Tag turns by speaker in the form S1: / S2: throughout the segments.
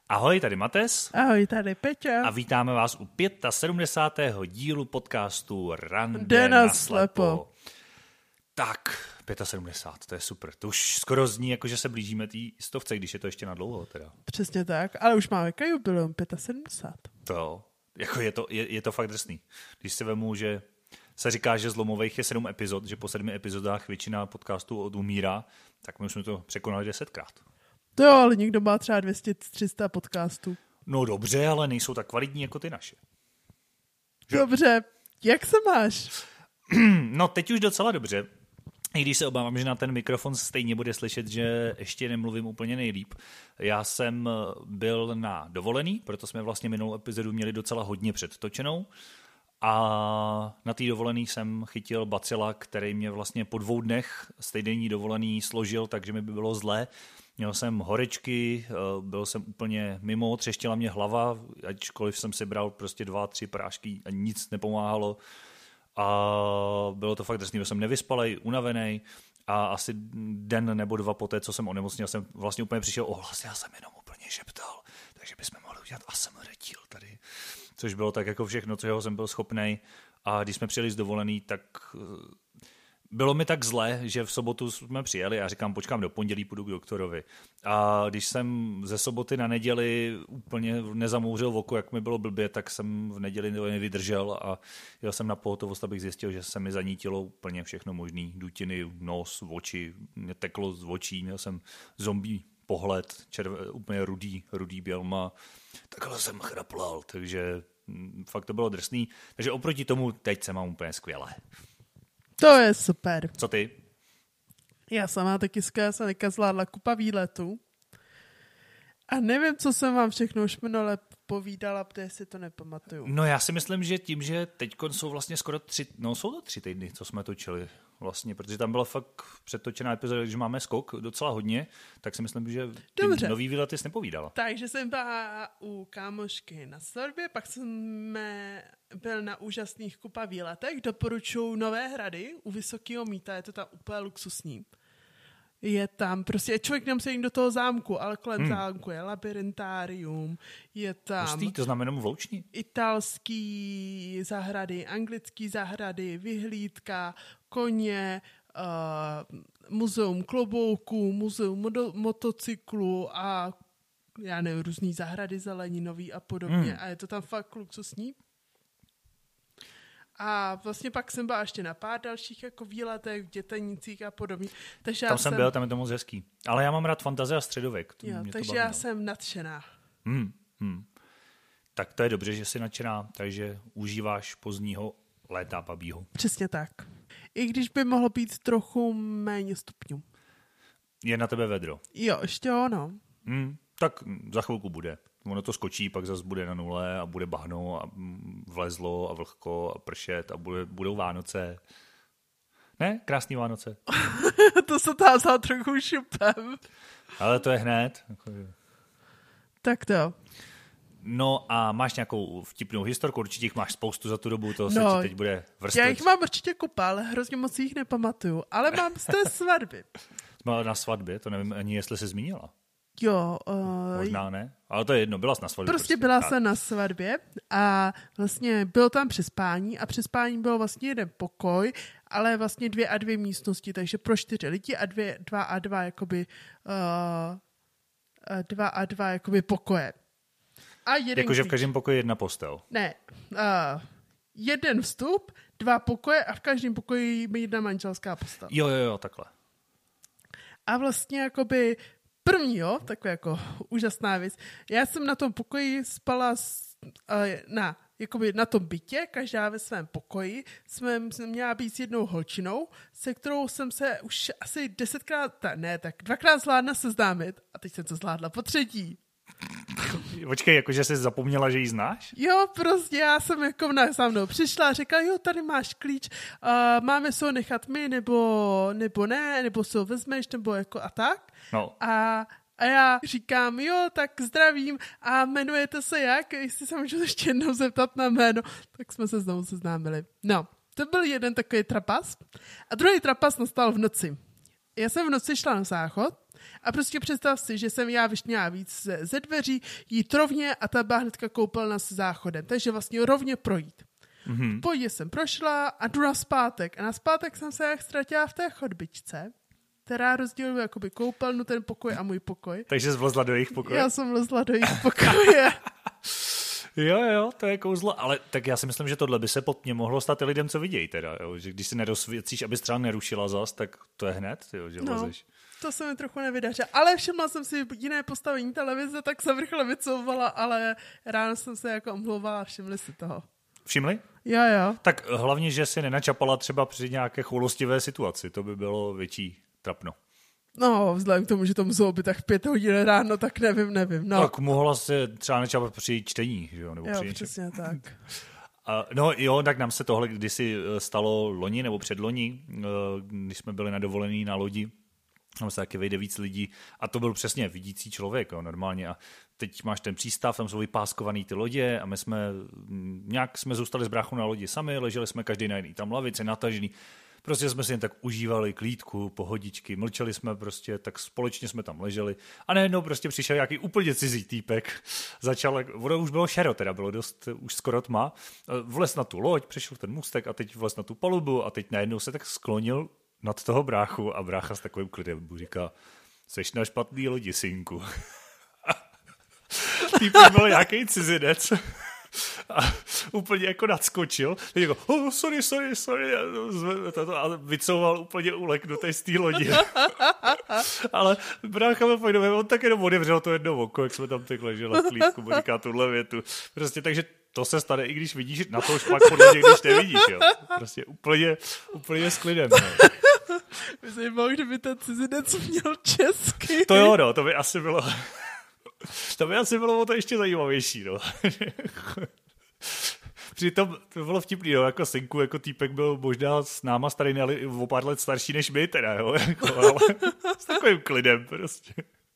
S1: Ahoj, tady Mates.
S2: Ahoj, tady Peťa.
S1: A vítáme vás u 75. dílu podcastu Rande naslepo. Tak, 75, to je super. To už skoro zní, jako že se blížíme té 100, když je to ještě na dlouho teda.
S2: Přesně tak, ale už máme jubileum 75.
S1: To, jako je to fakt drsný. Když si vemu, že se říká, že zlomových je 7 epizod, že po 7 epizodách většina podcastů odumírá, tak my už jsme to překonali 10krát.
S2: To jo, ale někdo má třeba 200-300 podcastů.
S1: No dobře, ale nejsou tak kvalitní jako ty naše.
S2: Že? Dobře, jak se máš?
S1: No teď už docela dobře. I když se obávám, že na ten mikrofon stejně bude slyšet, že ještě nemluvím úplně nejlíp. Já jsem byl na dovolený, proto jsme vlastně minulou epizodu měli docela hodně předtočenou. A na té dovolený jsem chytil bacila, který mě vlastně po 2 dnech stejdenní dovolený složil, takže mi by bylo zlé. Měl jsem horečky, byl jsem úplně mimo, třeštěla mě hlava, ačkoliv jsem si bral prostě 2-3 prášky a nic nepomáhalo. A bylo to fakt drsný, byl jsem nevyspalej, unavený a asi den nebo 2 poté, co jsem onemocněl, jsem vlastně úplně přišel ohlas, já jsem jenom úplně šeptal, takže bychom mohli udělat ASMR díl tady, což bylo tak jako všechno, čeho jsem byl schopnej. A když jsme přijeli z dovolený, tak bylo mi tak zle, že v sobotu jsme přijeli a říkám, počkám do pondělí, půjdu k doktorovi. A když jsem ze soboty na neděli úplně nezamouřil oko, jak mi bylo blbě, tak jsem v neděli nevydržel a jel jsem na pohotovost, abych zjistil, že se mi zanítilo úplně všechno možný. Dutiny, nos, oči, mě teklo z očí, měl jsem zombie pohled, úplně rudý bělma. Takhle jsem chraplal, takže fakt to bylo drsný. Takže oproti tomu teď se mám úplně skvěle.
S2: To je super.
S1: Co ty?
S2: Já sama taky skvěle jsem zvládla kupa výletů. A nevím, co jsem vám všechno už minule povídala, protože si to nepamatuju.
S1: No já si myslím, že tím, že teď jsou vlastně skoro 3 týdny, co jsme točili vlastně, protože tam byla fakt předtočená epizoda, když máme skok docela hodně, tak si myslím, že nový výlety jsi nepovídala.
S2: Takže jsem byla u kámošky na svatbě, pak jsme byl na úžasných kupa výletech, doporučuji Nové Hrady u Vysokého Mýta, je to tam úplně luxusní. Je tam, prostě člověk nemusí jít do toho zámku, ale kolem zámku je labyrintárium, je tam
S1: Pustý, to znamená vlouční.
S2: Italský zahrady, anglický zahrady, vyhlídka, koně, muzeum klobouků, muzeum motocyklu a já nevím, různý zahrady zeleninový a podobně. A je to tam fakt luxusní. A vlastně pak jsem byla ještě na pár dalších jako výletech, v Dětenicích a podobně. Takže
S1: tam jsem byl, tam je to moc hezký. Ale já mám rád fantazie a středověk.
S2: Takže já jsem nadšená.
S1: Tak to je dobře, že jsi nadšená, takže užíváš pozdního léta babího.
S2: Přesně tak. I když by mohlo být trochu méně stupňů.
S1: Je na tebe vedro.
S2: Jo, ještě ono.
S1: Tak za chvilku bude. Ono to skočí, pak zase bude na nule a bude bahno a vlezlo a vlhko a pršet a budou Vánoce. Ne? Krásný Vánoce.
S2: To se tam vzal trochu šupem.
S1: Ale to je hned.
S2: Tak to.
S1: No a máš nějakou vtipnou historku? Určitě jich máš spoustu za tu dobu, to se ti teď bude vrstvit.
S2: Já jich mám určitě kupa, ale hrozně moc jich nepamatuju. Ale mám z té svatby.
S1: Jsme na svatbě, to nevím ani, jestli jsi zmínila.
S2: Jo.
S1: Možná ne, ale to je jedno, byla jsi na svatbě.
S2: Prostě byla jsem na svatbě a vlastně bylo tam přespání a přespání bylo vlastně jeden pokoj, ale vlastně 2 a 2 místnosti, takže pro 4 lidi a 2 a 2 jakoby 2 a 2 jakoby pokoje. A
S1: jakože v každém pokoji 1 postel.
S2: Ne, 1 vstup, 2 pokoje a v každém pokoji 1 manželská postel.
S1: Jo, takhle.
S2: A vlastně jakoby první, taková jako úžasná věc. Já jsem na tom pokoji spala na tom bytě, každá ve svém pokoji. Jsem měla být s jednou holčinou, se kterou jsem se už asi 2krát zvládla seznámit. A teď jsem to zvládla po 3.
S1: Počkej, jakože jsi zapomněla, že ji znáš?
S2: Jo, prostě já jsem jako za mnou přišla a řekla, jo, tady máš klíč, máme se ho nechat my, nebo ne, nebo se ho vezmeš, nebo jako a tak.
S1: No.
S2: A já říkám, jo, tak zdravím a jmenujete se jak? Jestli se můžu ještě jednou zeptat na jméno, tak jsme se znovu seznámili. No, to byl jeden takový trapas. A druhý trapas nastal v noci. Já jsem v noci šla na záchod A prostě představ si, že jsem já vyštěla víc ze dveří, jít rovně a ta byla hnedka koupelna s záchodem. Takže vlastně rovně projít. V pohodě jsem prošla a jdu na zpátek. A na zpátek jsem se jak ztratila v té chodbičce, která rozděluje jakoby koupelnu, ten pokoj a můj pokoj.
S1: Takže jsi vlezla do jejich pokoje?
S2: Já jsem vlezla do jejich pokoje.
S1: Jo, to je kouzlo, ale tak já si myslím, že tohle by se pod mě mohlo stát i lidem, co vidějí teda, jo? Že když si nerozsvěcíš, aby třeba nerušila zas, tak to je hned, jo, že vlezeš.
S2: To se mi trochu nevydařilo, ale všimla jsem si jiné postavení televize, tak se rychle vycouvala, ale ráno jsem se jako omlouvala a všimli si toho.
S1: Všimli?
S2: Jo.
S1: Tak hlavně, že si nenačapala třeba při nějaké choulostivé situaci, to by bylo větší trapno.
S2: No, vzhledem k tomu, že to muselo být tak v 5 hodin ráno, tak nevím. No.
S1: Tak mohla se třeba načapat při čtení, že jo? Nebo
S2: jo, přesně tak.
S1: No jo, tak nám se tohle kdysi stalo loni nebo předloni, když jsme byli na dovolený na lodi, tam se taky vejde víc lidí a to byl přesně vidící člověk, jo, normálně. A teď máš ten přístav, tam jsou vypáskovaný ty lodě a my jsme zůstali s bráchou na lodi sami, leželi jsme každý na jedné tam lavici, natažený. Prostě jsme si jen tak užívali klídku, pohodičky, mlčeli jsme prostě, tak společně jsme tam leželi a najednou prostě přišel nějaký úplně cizí týpek, voda už bylo šero, teda bylo dost, už skoro tma, vlez na tu loď, přešel ten můstek a teď vlez na tu palubu a teď najednou se tak sklonil nad toho bráchu a brácha s takovým klidem říká, seš na špatný lodi, synku. Týpek byl nějaký cizinec. A úplně jako nadskočil. Teď jako, sorry. A vycouval úplně uleknutý z té lodi. Ale brácha mi pojďme, on tak jenom otevřel to jedno oko, jak jsme tam tak leželi v klídku, bo říká tuhle větu. Prostě takže to se stane, i když vidíš na to špak podle mě, když nevidíš, jo. Prostě úplně s klidem. No.
S2: Myslím, kdyby ten cizinec měl česky.
S1: To jo, no, to by asi bylo... To by asi bylo o to ještě zajímavější, no. Přitom to bylo vtipný, no, jako synku, jako týpek byl možná s náma starý, ale o pár let starší než my teda, jo, jako, ale s takovým klidem prostě.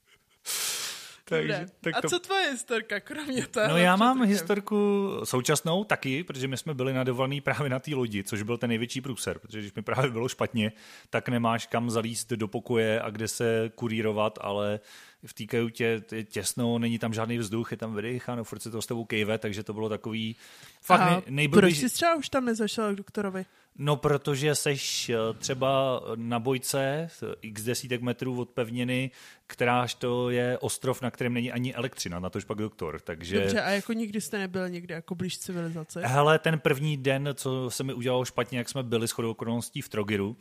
S2: Takže, tak to... A co tvoje historka, kromě toho?
S1: No já mám historku současnou taky, protože my jsme byli na dovolený právě na té lodi, což byl ten největší průser, protože když mi právě bylo špatně, tak nemáš kam zalíst do pokoje a kde se kurírovat, ale v té kajutě je těsno, není tam žádný vzduch, je tam vydech a no furt se to s tebou kejve, takže to bylo takový fakt
S2: proč jsi třeba už tam nezašel k doktorovi?
S1: No, protože seš třeba na bojce x desítek metrů od pevniny, kteráž to je ostrov, na kterém není ani elektřina, na tož pak doktor, takže...
S2: Dobře, a jako nikdy jste nebyl někde jako blíž civilizace?
S1: Hele, ten první den, co se mi udělalo špatně, jak jsme byli shodou okolností v Trogiru,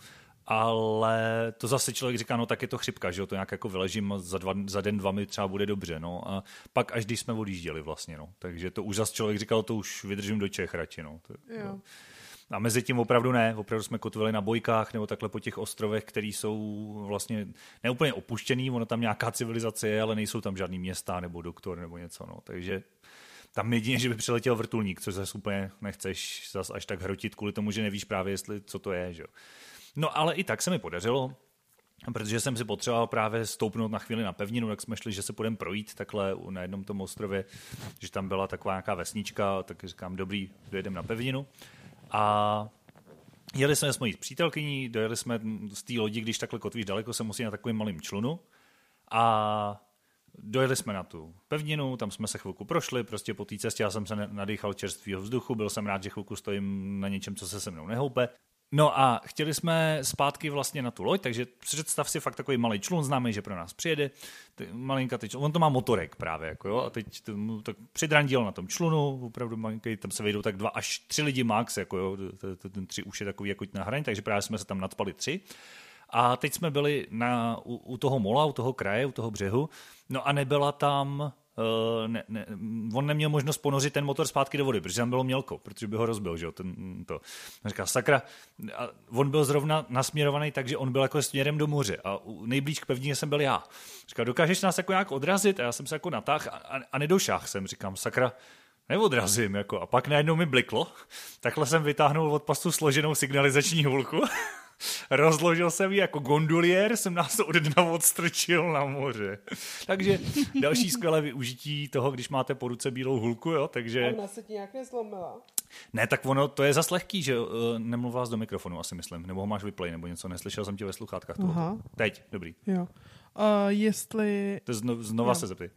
S1: ale to zase člověk říká, no tak je to chřipka, že jo, to nějak jako vyležím za den, dva mi třeba bude dobře, no a pak až když jsme odjížděli vlastně, no, takže to už zase člověk říkal, to už vydržím do Čech radši, no.
S2: Jo.
S1: A mezi tím opravdu jsme kotvili na bojkách nebo takhle po těch ostrovech, které jsou vlastně neúplně opuštěný, ono tam nějaká civilizace je, ale nejsou tam žádný města nebo doktor nebo něco, no, takže tam jedině, že by přiletěl vrtulník, což zase úplně nechceš zase až tak hrotit kvůli tomu, že nevíš právě, co to je, že jo. No ale i tak se mi podařilo, protože jsem si potřeboval právě stoupnout na chvíli na pevninu, tak jsme šli, že se půjdeme projít takhle na jednom tom ostrově, že tam byla taková nějaká vesnička, tak říkám, dobrý, dojedeme na pevninu. A jeli jsme s mojí přítelkyní, dojeli jsme z té lodi, když takhle kotvíš daleko, se musí na takovým malým člunu. A dojeli jsme na tu pevninu, tam jsme se chvilku prošli, prostě po té cestě já jsem se nadýchal čerstvého vzduchu, byl jsem rád, že chvilku stojím na něčem, co se mnou nehoupe. No a chtěli jsme zpátky vlastně na tu loď, takže představ si fakt takový malý člun, známý, že pro nás přijede, malinká člun, on to má motorek právě, jako jo, a teď tak přidrandil na tom člunu, opravdu malinký, tam se vejdou tak 2 až 3 lidi max, jako jo, ten 3 už je takový jako na hraně, takže právě jsme se tam nadspali 3. A teď jsme byli u toho mola, u toho kraje, u toho břehu, no a nebyla tam... on neměl možnost ponořit ten motor zpátky do vody, protože tam bylo mělko, protože by ho rozbil, že jo, on říká, sakra, a on byl zrovna nasměrovaný, takže on byl jako směrem do moře a nejblíž k pevnině jsem byl já. Říká, dokážeš nás jako nějak odrazit? A já jsem se jako natáhl a nedošáhl jsem, říkám, sakra, neodrazím, jako. A pak najednou mi bliklo, takhle jsem vytáhnul od pastu složenou signalizační hůlku, rozložil jsem ji jako gondoliér, jsem nás od dna odstrčil na moře. Takže další skvělé využití toho, když máte po ruce bílou hůlku, jo, takže...
S2: A ona se ti nějak nezlomila?
S1: Ne, tak ono, to je zas lehký, že nemluvila do mikrofonu, asi myslím, nebo ho máš vyplay, nebo něco, neslyšel jsem tě ve sluchátkách. Teď, dobrý.
S2: Jo. Jestli...
S1: To znova se zeptej.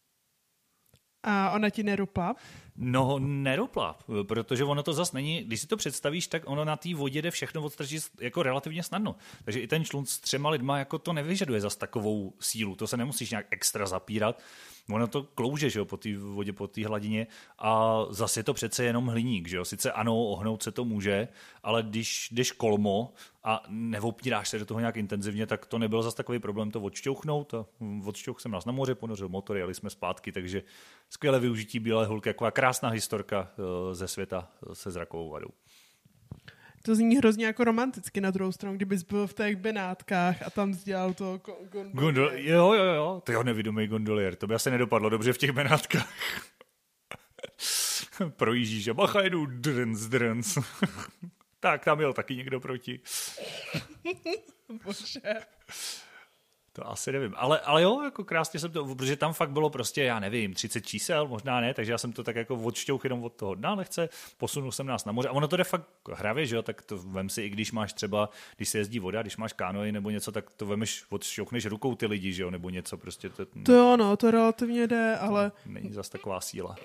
S2: A ona ti nerupla?
S1: No, nerupla, protože ono to zas není, když si to představíš, tak ono na té vodě jde všechno odstrčit jako relativně snadno. Takže i ten člun s 3 lidma jako to nevyžaduje zas takovou sílu, to se nemusíš nějak extra zapírat. Ono to klouže, že jo, po té vodě, po té hladině a zase je to přece jenom hliník, že jo. Sice ano, ohnout se to může, ale když jdeš kolmo a neopíráš se do toho nějak intenzivně, tak to nebyl zase takový problém to odšťouchnout. A odšťouch jsem nás na moře, ponořil motor, jeli jsme zpátky, takže skvělé využití bílé hulky, taková krásná historka ze světa se zrakovou vadou.
S2: To zní hrozně jako romanticky na druhou stranu, kdybys byl v těch Benátkách a tam dělal to gondolier.
S1: Jo. To je nevidomý gondolier. To by asi nedopadlo dobře v těch Benátkách. Projíždíš a bacha, jedu drns. Tak, tam jel taky někdo proti.
S2: Bože.
S1: To asi nevím. Ale jo, jako krásně jsem to, protože tam fakt bylo prostě, já nevím, 30 čísel, možná ne, takže já jsem to tak jako odšťouch jenom od toho dna lehce, posunul jsem nás na moře a ono to jde fakt hravě, že jo, tak to vem si, i když máš třeba, když se jezdí voda, když máš kánoji nebo něco, tak to vemeš, odšťouchneš rukou ty lidi, že jo, nebo něco prostě.
S2: To jo, no, to relativně jde, ale...
S1: Není zas taková síla.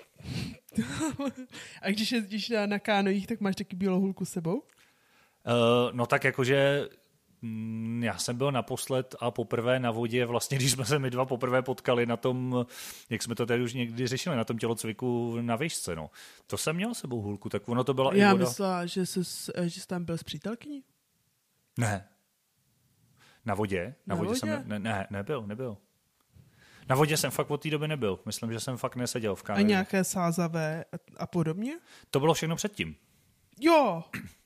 S2: A když jezdíš na kánojích, tak máš taky bílou hulku s sebou?
S1: No tak jakože já jsem byl naposled a poprvé na vodě, vlastně když jsme se my dva poprvé potkali na tom, jak jsme to tady už někdy řešili, na tom tělocviku na výšce, no. To jsem měl sebou hůlku, tak ono to byla i voda.
S2: Já myslela, že jsi tam byl s přítelkyní?
S1: Ne. Na vodě? Na vodě? Jsem nebyl. Na vodě jsem fakt od té doby nebyl. Myslím, že jsem fakt neseděl v kánoji.
S2: A nějaké sázavé a podobně?
S1: To bylo všechno předtím.
S2: Jo.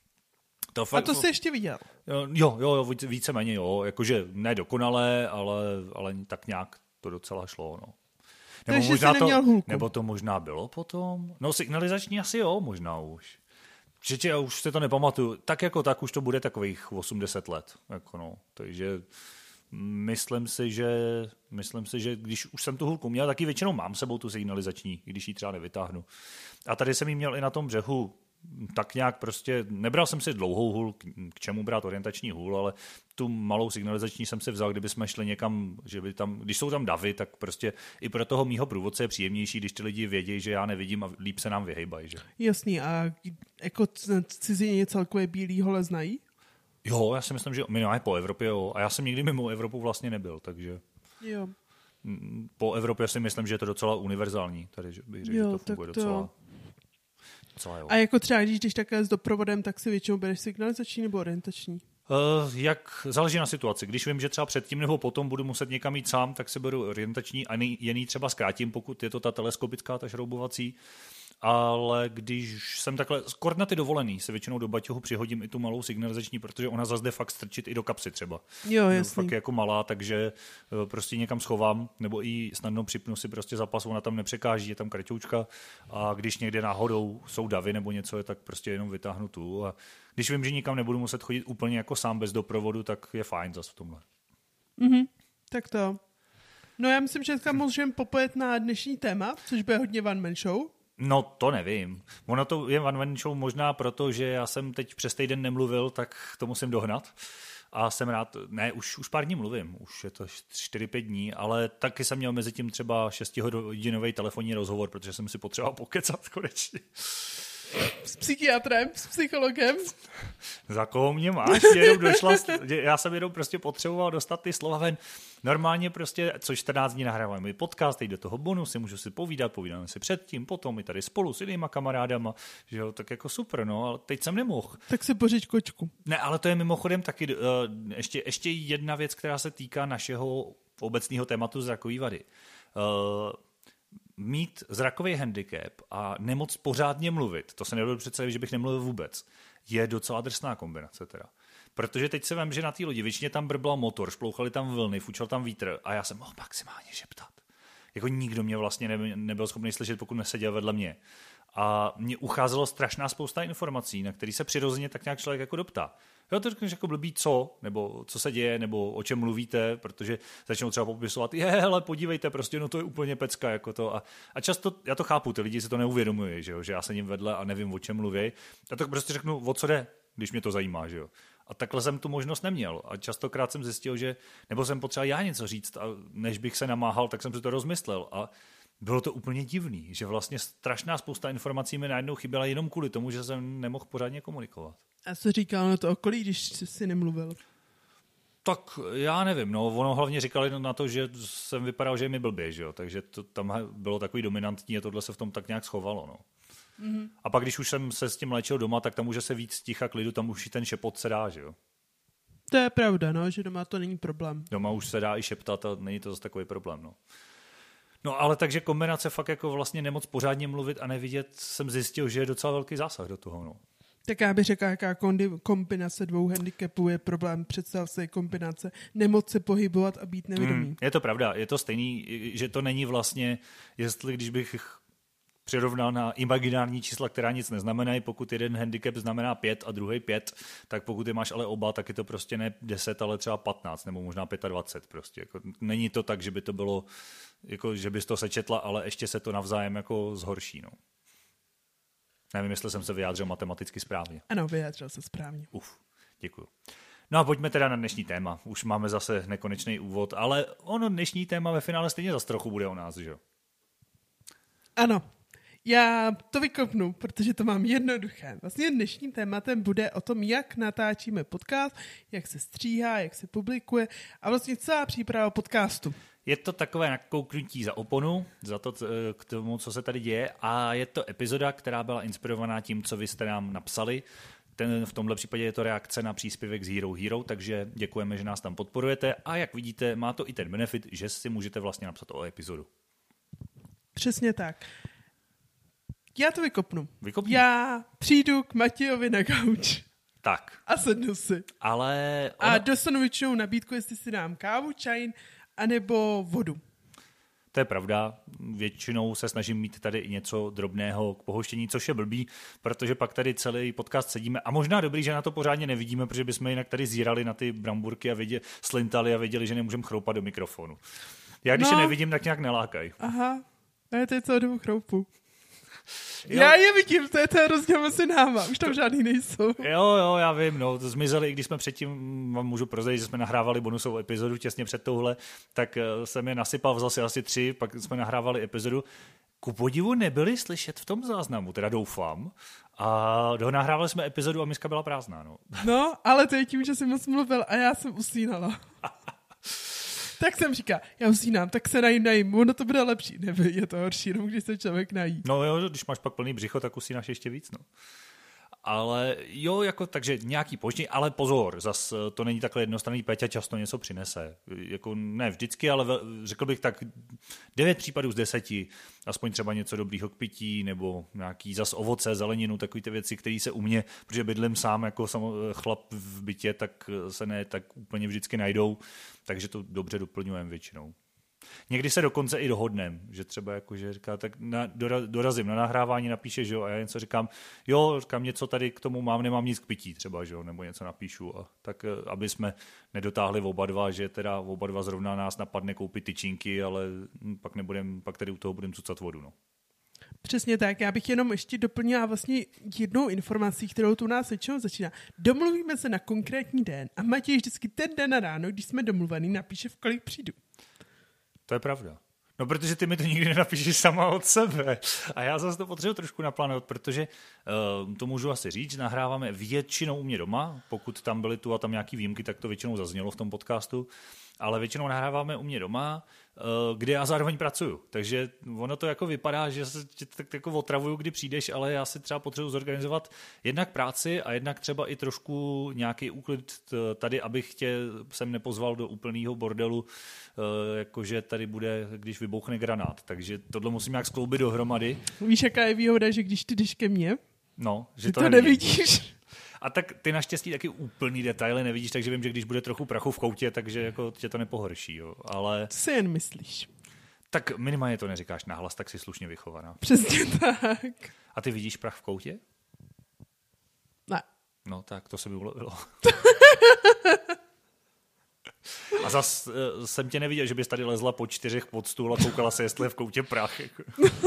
S1: A
S2: to jsi ještě viděl?
S1: Jo, víceméně jo, jakože ne dokonale, ale tak nějak to docela šlo, no.
S2: Nebo možná jsi neměl hůlku.
S1: Nebo to možná bylo potom? No signalizační asi jo, možná už. Já už si to nepamatuju. Tak jako tak už to bude takových 80 let, jako no. Takže myslím si, že když už jsem tu hůlku měl, taky většinou mám sebou tu signalizační, když ji třeba nevytáhnu. A tady jsem ji měl i na tom břehu, tak nějak prostě, nebral jsem si dlouhou hůl, k čemu brát orientační hůl, ale tu malou signalizační jsem si vzal, kdyby jsme šli někam, že by tam, když jsou tam davy, tak prostě i pro toho mýho průvodce je příjemnější, když ty lidi vědějí, že já nevidím a líp se nám vyhejbají, že?
S2: Jasný, a jako cizině celkově bílý hole znají?
S1: Jo, já si myslím, že minimálně po Evropě, jo, a já jsem nikdy mimo Evropu vlastně nebyl, takže...
S2: Jo.
S1: Po Evropě si myslím, že je to docela univerzální, tady bych řekl, že to funguje docela...
S2: A jako třeba, když jdeš také s doprovodem, tak si většinou bereš signalizační nebo orientační?
S1: Jak záleží na situaci. Když vím, že třeba předtím nebo potom budu muset někam jít sám, tak si beru orientační a jiný třeba zkrátím, pokud je to ta teleskopická, ta šroubovací. Ale když jsem takhle skoro na ty dovolený, se většinou do baťohu přihodím i tu malou signalizační, protože ona zase jde fakt strčit i do kapsy třeba.
S2: Jo, jasný.
S1: Fakt jako malá, takže prostě někam schovám, nebo i snadno připnu si prostě zapas, ona tam nepřekáží, je tam kraťoučka a když někde náhodou jsou davy nebo něco, tak prostě jenom vytáhnu tu a když vím, že nikam nebudu muset chodit úplně jako sám bez doprovodu, tak je fajn zase v tomhle.
S2: Tak to. No já myslím, že dneska můžeme popojet na dnešní téma, což bude hodně one man show.
S1: No to nevím. Ono to je one man show možná proto, že já jsem teď přes týden nemluvil, tak to musím dohnat. A jsem rád, ne, už pár dní mluvím, už je to 4-5 dní, ale taky jsem měl mezi tím třeba 6hodinový telefonní rozhovor, protože jsem si potřeboval pokecat konečně.
S2: S psychiatrem, s psychologem.
S1: Za koho mě máš? Já jsem jenom prostě potřeboval dostat ty slova ven. Normálně prostě, co 14 dní nahráváme podcast, teď do toho bonusy, můžu si povídáme si předtím, potom i tady spolu s jinýma kamarádama, že jo, tak jako super, no, ale teď jsem nemohl.
S2: Tak si pořiď kočku.
S1: Ne, ale to je mimochodem taky ještě jedna věc, která se týká našeho obecného tématu zrakové vady. Mít zrakový handicap a nemoc pořádně mluvit, to se nedovedu představit, že bych nemluvil vůbec, je docela drsná kombinace teda. Protože teď se vem, že na té lodi většině tam brbla motor, šplouchali tam vlny, fučel tam vítr a já jsem mohl maximálně šeptat. Jako nikdo mě vlastně nebyl schopný slyšet, pokud neseděl vedle mě. a mě ucházelo strašná spousta informací, na který se přirozeně tak nějak člověk jako doptá. Jo, to řekneš jako blbý co, nebo co se děje, nebo o čem mluvíte, protože začnou třeba popisovat, hele, podívejte, prostě, no to je úplně pecka, jako to. A často, já to chápu, ty lidi si to neuvědomují, že já sedím vedle a nevím, o čem mluví. Já to prostě řeknu, o co jde, když mě to zajímá, že jo. A takhle jsem tu možnost neměl. A častokrát jsem zjistil, že, nebo jsem potřeboval já něco říct, a než bych se namáhal, tak jsem si to rozmyslel. A bylo to úplně divný, že vlastně strašná spousta informací mi najednou chyběla jenom kvůli tomu, že jsem nemohl pořádně komunikovat.
S2: A co říkal na to okolí, když jsi nemluvil?
S1: Tak já nevím, no, ono hlavně říkali na to, že jsem vypadal, že je mi blbě, že jo, takže to tam bylo takový dominantní a tohle se v tom tak nějak schovalo, no. Mm-hmm. A pak, když už jsem se s tím léčil doma, tak tam už se víc ticha klidu, tam už i ten šepot se dá, že jo.
S2: To je pravda, no, že doma to není problém.
S1: Doma už se dá i šeptat a není to zase takový problém, no. No ale takže kombinace fakt jako vlastně nemoc pořádně mluvit a nevidět, jsem zjistil, že je docela velký zásah do toho, no.
S2: Tak já bych řekla, jaká kombinace 2 handicapů je problém. Představ si kombinace nemoc se pohybovat a být nevědomý.
S1: Je to pravda, je to stejný, že to není vlastně, jestli když bych přirovnal na imaginární čísla, která nic neznamenají, pokud jeden handicap znamená 5 a druhý 5, tak pokud je máš ale oba, tak je to prostě ne 10, ale třeba 15 nebo možná 25 prostě. Jako, není to tak, že by to bylo, jako, že bys to sečetla, ale ještě se to navzájem jako zhorší, no. Nevím, jestli jsem se vyjádřil matematicky správně.
S2: Ano, vyjádřil se správně.
S1: Děkuju. No a pojďme teda na dnešní téma. Už máme zase nekonečný úvod, ale ono dnešní téma ve finále stejně zas trochu bude o nás, že jo?
S2: Ano, já to vykopnu, protože to mám jednoduché. Vlastně dnešním tématem bude o tom, jak natáčíme podcast, jak se stříhá, jak se publikuje a vlastně celá příprava podcastu.
S1: Je to takové nakouknutí za oponu, za to, k tomu, co se tady děje, a je to epizoda, která byla inspirovaná tím, co vy jste nám napsali. V tomhle případě je to reakce na příspěvek z Hero Hero, takže děkujeme, že nás tam podporujete a jak vidíte, má to i ten benefit, že si můžete vlastně napsat o epizodu. Přesně
S2: tak. Já to vykopnu. Já přijdu k Matějovi na gauč.
S1: Tak.
S2: A sednu si. A dostanu většinou nabídku, jestli si dám kávu, čaj, anebo vodu.
S1: To je pravda. Většinou se snažím mít tady i něco drobného k pohoštění, což je blbý, protože pak tady celý podcast sedíme a možná dobrý, že na to pořádně nevidíme, protože bychom jinak tady zírali na ty bramburky a slintali a věděli, že nemůžeme chroupat do mikrofonu. Já když je nevidím, tak nějak nelákaj.
S2: Aha, a to je celou dobu chroupu. Jo. Já je vidím, to je ten rozdíl mezi náma, už tam žádný nejsou.
S1: Jo, já vím, no, to zmizeli, i když jsme předtím, vám můžu prozradit, že jsme nahrávali bonusovou epizodu těsně před touhle, tak jsem je nasypal, vzal si asi 3, pak jsme nahrávali epizodu. Ku podivu nebyli slyšet v tom záznamu, teda doufám, a nahrávali jsme epizodu a miska byla prázdná, no.
S2: No, ale to je tím, že jsi moc mluvil a já jsem usínala. Tak jsem říká, já usínám, tak se najím, ono to bude lepší. Nebo je to horší, jenom když se člověk nají.
S1: No jo, když máš pak plný břicho, tak usínáš ještě víc, no. Ale jo, jako, takže nějaký poždění, ale pozor, zas to není takhle jednostranný, Péťa často něco přinese. Jako ne vždycky, ale řekl bych tak 9 případů z 10, aspoň třeba něco dobrýho k pití, nebo nějaký zas ovoce, zeleninu, takový ty věci, které se u mě, protože bydlím sám jako chlap v bytě, tak se ne tak úplně vždycky najdou, takže to dobře doplňujeme většinou. Někdy se dokonce i dohodneme, že třeba jakože říká, tak dorazím na nahrávání, napíše, že jo, a já něco říkám, něco tady k tomu mám, nemám nic k pití třeba, že jo, nebo něco napíšu, a tak aby jsme nedotáhli oba dva, že teda oba dva zrovna nás napadne koupit tyčinky, ale pak tady u toho budeme cucat vodu, no.
S2: Přesně tak, já bych jenom ještě doplnila vlastně jednou informací, kterou tu nás většinou začíná. Domluvíme se na konkrétní den a Matěj vždycky ten den na ráno, když jsme domluvený, napíše, v kolik přijdu.
S1: To je pravda. No, protože ty mi to nikdy nenapíšeš sama od sebe. A já zase to potřebuji trošku naplánovat, protože to můžu asi říct, nahráváme většinou u mě doma, pokud tam byly tu a tam nějaký výjimky, tak to většinou zaznělo v tom podcastu, ale většinou nahráváme u mě doma, kde já zároveň pracuju. Takže ono to jako vypadá, že se tak jako otravuju, kdy přijdeš, ale já si třeba potřebuji zorganizovat jednak práci a jednak třeba i trošku nějaký úklid tady, abych tě sem nepozval do úplného bordelu, jakože tady bude, když vybouchne granát. Takže tohle musím nějak skloubit dohromady.
S2: Víš, jaká je výhoda, že když ty jdeš ke mně,
S1: no, že
S2: to nevidíš.
S1: A tak ty naštěstí taky úplný detaily nevidíš, takže vím, že když bude trochu prachu v koutě, takže jako tě to nepohorší. Jo. Ale
S2: to si jen myslíš.
S1: Tak minimálně to neříkáš nahlas, tak si slušně vychovaná.
S2: Přesně tak.
S1: A ty vidíš prach v koutě?
S2: Ne.
S1: No tak to se mi ulevilo. A zas jsem tě neviděl, že bys tady lezla po 4 pod stůl a koukala se, jestli je v koutě prach. Jako.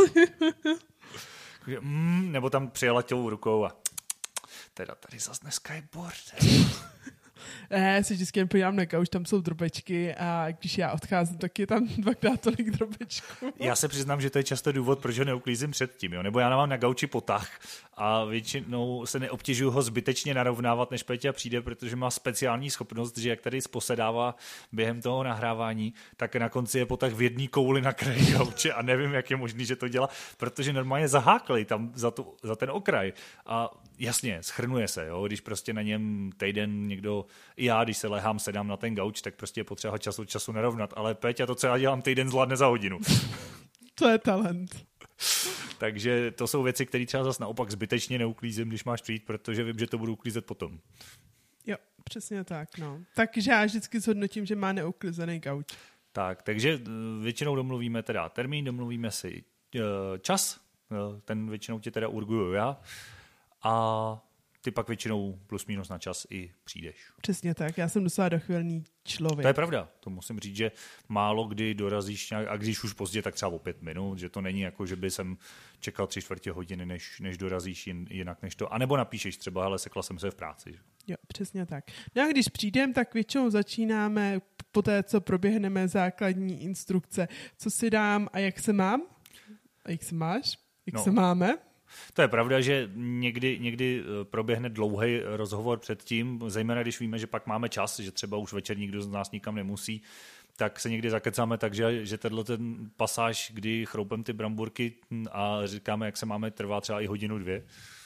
S1: Nebo tam přijela tělou rukou a teda tady zas dneska je bordel.
S2: Já si vždycky jen podívám na gauč, tam jsou drobečky a když já odcházím, tak je tam 2x tolik drobečků.
S1: Já se přiznám, že to je často důvod, proč ho neuklízím předtím. Jo? Nebo já mám na gauči potah a většinou se neobtěžuju ho zbytečně narovnávat, než Peťa přijde, protože má speciální schopnost, že jak tady posedává během toho nahrávání, tak na konci je potah v jedné kouli na kraji gauče a nevím, jak je možný, že to dělá, protože normálně zaháklej tam za ten okraj. A jasně, schrnuje se, jo? Když prostě na něm týden někdo, i já, když se lehám, sedám na ten gauč, tak prostě je potřeba času narovnat, ale Péťa to, co já dělám týden, zvládne za hodinu.
S2: To je talent.
S1: Takže to jsou věci, které třeba zase naopak zbytečně neuklízím, když máš přijít, protože vím, že to budu uklízet potom.
S2: Jo, přesně tak, no. Takže já vždycky zhodnotím, že má neuklizený gauč.
S1: Tak, takže většinou domluvíme teda termín, domluvíme si čas, ten většinou ti teda urguju já a ty pak většinou plus minus na čas i přijdeš.
S2: Přesně tak, já jsem docela dochvilný člověk.
S1: To je pravda, to musím říct, že málo kdy dorazíš nějak, a když už pozdě, tak třeba o 5 minut, že to není jako, že by jsem čekal 3/4 hodiny, než dorazíš jinak než to. A nebo napíšeš třeba, hele, sekla jsem se v práci.
S2: Jo, přesně tak. No a když přijdem, tak většinou začínáme po té, co proběhneme základní instrukce, co si dám a jak se mám. A jak se máš? Jak se máme?
S1: To je pravda, že někdy proběhne dlouhý rozhovor předtím, zejména když víme, že pak máme čas, že třeba už večer nikdo z nás nikam nemusí, tak se někdy zakecáme tak, že tenhle ten pasáž, kdy chroupem ty bramburky a říkáme, jak se máme, trvá třeba i 1-2 hodiny.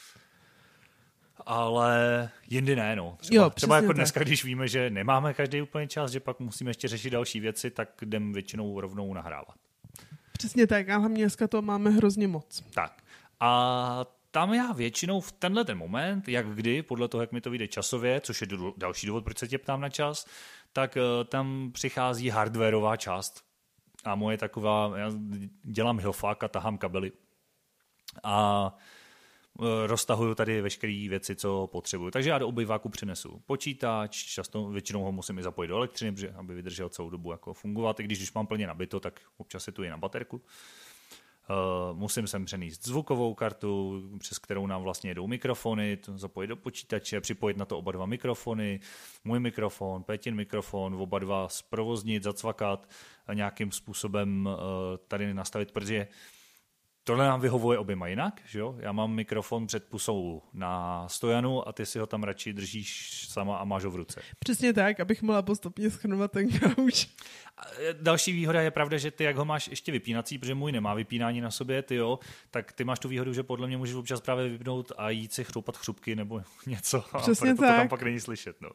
S1: Ale jindy ne, no. Třeba jako dneska, když víme, že nemáme každý úplně čas, že pak musíme ještě řešit další věci, tak jdem většinou rovnou nahrávat.
S2: Přesně tak, a hlavně dneska toho máme hrozně moc.
S1: Tak. A tam já většinou v tenhle ten moment, jak kdy, podle toho, jak mi to vyjde časově, což je další důvod, proč se tě ptám na čas, tak tam přichází hardwareová část. A moje taková, já dělám hilfák a tahám kabely. A roztahuju tady veškeré věci, co potřebuju. Takže já do obýváku přinesu počítač, často většinou ho musím i zapojit do elektřiny, aby vydržel celou dobu jako fungovat, i když mám plně nabito, tak občas je tu i na baterku. Musím sem přenést zvukovou kartu, přes kterou nám vlastně jedou mikrofony, zapojit do počítače, připojit na to oba dva mikrofony, můj mikrofon, Pétin mikrofon, oba dva zprovoznit, zacvakat a nějakým způsobem tady nastavit, protože tohle nám vyhovuje oběma jinak, že jo? Já mám mikrofon před pusou na stojanu a ty si ho tam radši držíš sama a máš ho v ruce.
S2: Přesně tak, abych mohla postupně schrnovat ten gauč.
S1: Další výhoda je pravda, že ty, jak ho máš ještě vypínací, protože můj nemá vypínání na sobě, ty jo, tak ty máš tu výhodu, že podle mě můžeš občas právě vypnout a jít si chroupat chrupky nebo něco.
S2: Přesně
S1: a
S2: tak.
S1: To tam pak není slyšet, no.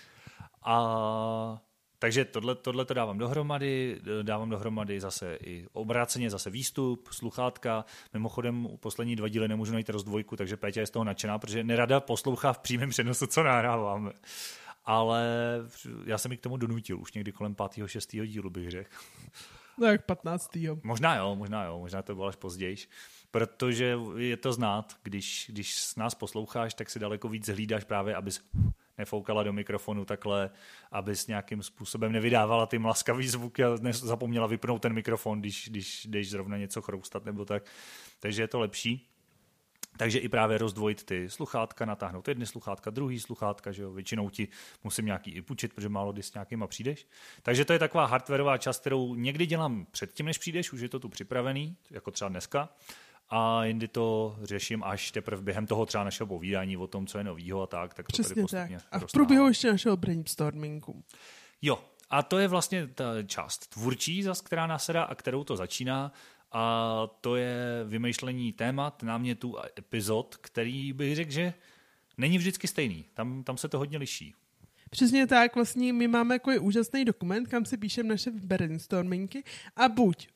S1: Takže tohle to dávám dohromady zase i obráceně, zase výstup, sluchátka. Mimochodem poslední 2 díly nemůžu najít rozdvojku, takže Péťa je z toho nadšená, protože nerada poslouchá v přímém přenosu, co nahráváme. Ale já jsem ji k tomu donutil, už někdy kolem 5. 6. dílu bych řekl.
S2: No jak 15.
S1: Možná to bylo až později. Protože je to znát, když s nás posloucháš, tak si daleko víc hlídáš právě, abys nefoukala do mikrofonu takhle, abys nějakým způsobem nevydávala ty mlaskavý zvuky a zapomněla vypnout ten mikrofon, když jdeš zrovna něco chroustat nebo tak. Takže je to lepší. Takže i právě rozdvojit ty sluchátka, natáhnout jedny sluchátka, druhý sluchátka, že jo, většinou ti musím nějaký i půjčit, protože málo kdy s nějakýma přijdeš. Takže to je taková hardwareová část, kterou někdy dělám předtím, než přijdeš, už je to tu připravený, jako třeba dneska. A jindy to řeším až teprve během toho třeba našeho povídání o tom, co je novýho a tak to
S2: přesně
S1: tady postupně
S2: tak. A v průběhu ještě našeho brainstormingu.
S1: Jo, a to je vlastně ta část tvůrčí, která nasedá a kterou to začíná. A to je vymýšlení témat, námětů a epizod, který bych řekl, že není vždycky stejný. Tam se to hodně liší.
S2: Přesně tak, vlastně my máme jako úžasný dokument, kam si píšeme naše brainstormingy a buď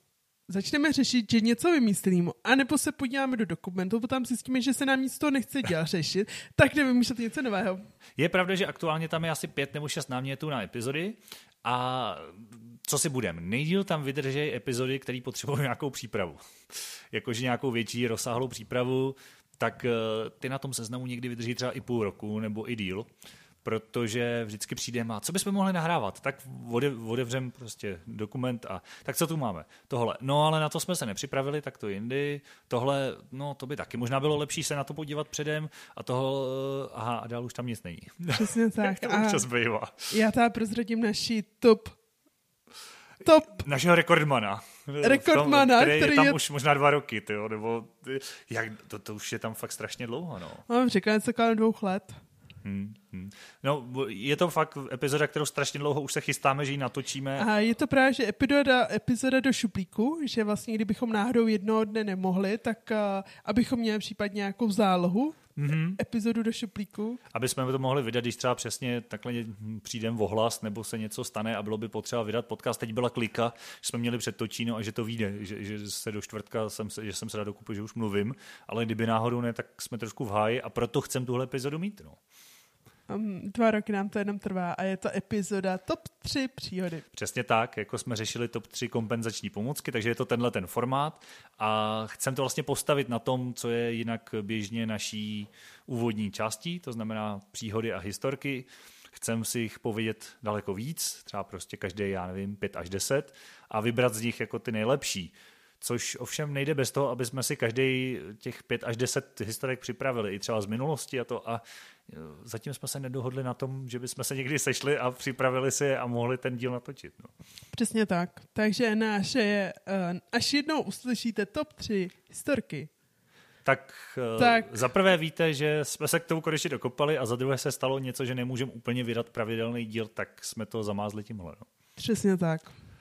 S2: začneme řešit, že něco vymyslíme, anebo se podíváme do dokumentu, potom zjistíme, že se nám nic toho nechce dělat řešit, tak jdeme vymýšlet něco nového.
S1: Je pravda, že aktuálně tam je asi 5 nebo 6 námětů na epizody a co si budem? Nejdýl tam vydrží epizody, které potřebují nějakou přípravu. Jakože nějakou větší rozsáhlou přípravu, tak ty na tom seznamu někdy vydrží třeba i půl roku nebo i díl, protože vždycky přijdeme a co bychom mohli nahrávat, tak otevřem prostě dokument a tak co tu máme? Tohle. No ale na to jsme se nepřipravili, tak to jindy. Tohle, no to by taky možná bylo lepší se na to podívat předem a tohle, aha, a dál už tam nic není.
S2: Přesně tak.
S1: To už čas bývá.
S2: Já tady prozradím naši top
S1: našeho rekordmana, který je tam už možná 2 roky, tyjo, nebo jak, to už je tam fakt strašně dlouho.
S2: No, říkám něco kolem 2 let.
S1: No, je to fakt epizoda, kterou strašně dlouho už se chystáme, že ji natočíme.
S2: A je to právě, že epizoda do šuplíku, že vlastně kdybychom náhodou jednoho dne nemohli, tak abychom měli případně nějakou zálohu, epizodu do šuplíku.
S1: Aby jsme to mohli vydat, když třeba přesně takhle přijdem ohlas, nebo se něco stane a bylo by potřeba vydat podcast. Teď byla klika, že jsme měli předtočíno a že to vyjde, že se do čtvrtka že jsem se dal do kupu, že už mluvím, ale kdyby náhodou ne, tak jsme trošku v háji a proto chcem tuhle epizodu mít. No.
S2: 2 roky nám to jenom trvá a je to epizoda top 3 příhody.
S1: Přesně tak, jako jsme řešili top 3 kompenzační pomůcky, takže je to tenhle ten formát a chcem to vlastně postavit na tom, co je jinak běžně naší úvodní částí, to znamená příhody a historky. Chcem si jich povědět daleko víc, třeba prostě každý, já nevím, 5 až 10 a vybrat z nich jako ty nejlepší. Což ovšem nejde bez toho, aby jsme si každý těch 5 až 10 historek připravili, i třeba z minulosti a zatím jsme se nedohodli na tom, že bychom se někdy sešli a připravili si je a mohli ten díl natočit. No.
S2: Přesně tak. Takže až jednou uslyšíte top 3 historky,
S1: tak za prvé víte, že jsme se k tomu konečně dokopali a za druhé se stalo něco, že nemůžeme úplně vydat pravidelný díl, tak jsme to zamázli tímhle. No.
S2: Přesně tak.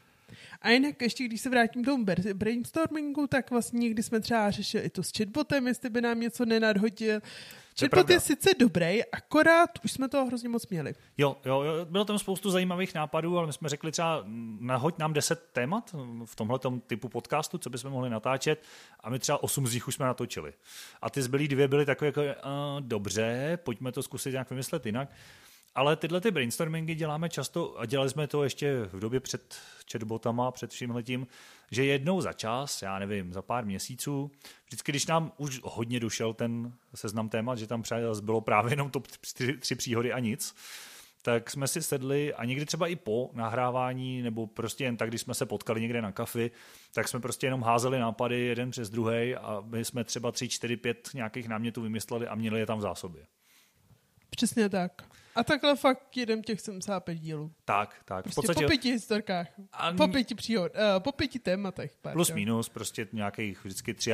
S2: A jinak ještě, když se vrátím k tomu brainstormingu, tak vlastně někdy jsme třeba řešili i to s chatbotem, jestli by nám něco nenadhodil. Chatbot je sice dobrý, akorát už jsme toho hrozně moc měli.
S1: Jo, bylo tam spoustu zajímavých nápadů, ale my jsme řekli třeba nahoď nám 10 témat v tomhletom typu podcastu, co bychom mohli natáčet a my třeba 8 z nich už jsme natočili. A ty zbylý 2 byly takové jako dobře, pojďme to zkusit nějak vymyslet jinak. Ale tyhle ty brainstormingy děláme často a dělali jsme to ještě v době před chatbotama, před všimhletím, že jednou za čas, já nevím, za pár měsíců, vždycky, když nám už hodně došel ten seznam témat, že tam bylo právě jenom top 3 příhody a nic, tak jsme si sedli a někdy třeba i po nahrávání, nebo prostě jen tak, když jsme se potkali někde na kafi, tak jsme prostě jenom házeli nápady jeden přes druhej a my jsme třeba 3, 4, 5 nějakých námětů vymysleli a měli je tam v zásobě.
S2: Přesně tak. A takhle fakt jedem těch 75 dílů.
S1: Tak.
S2: Prostě
S1: v podstatě,
S2: po 5 historkách, po 5 příhod, po 5 tématech.
S1: Plus minus, prostě nějakých vždycky 3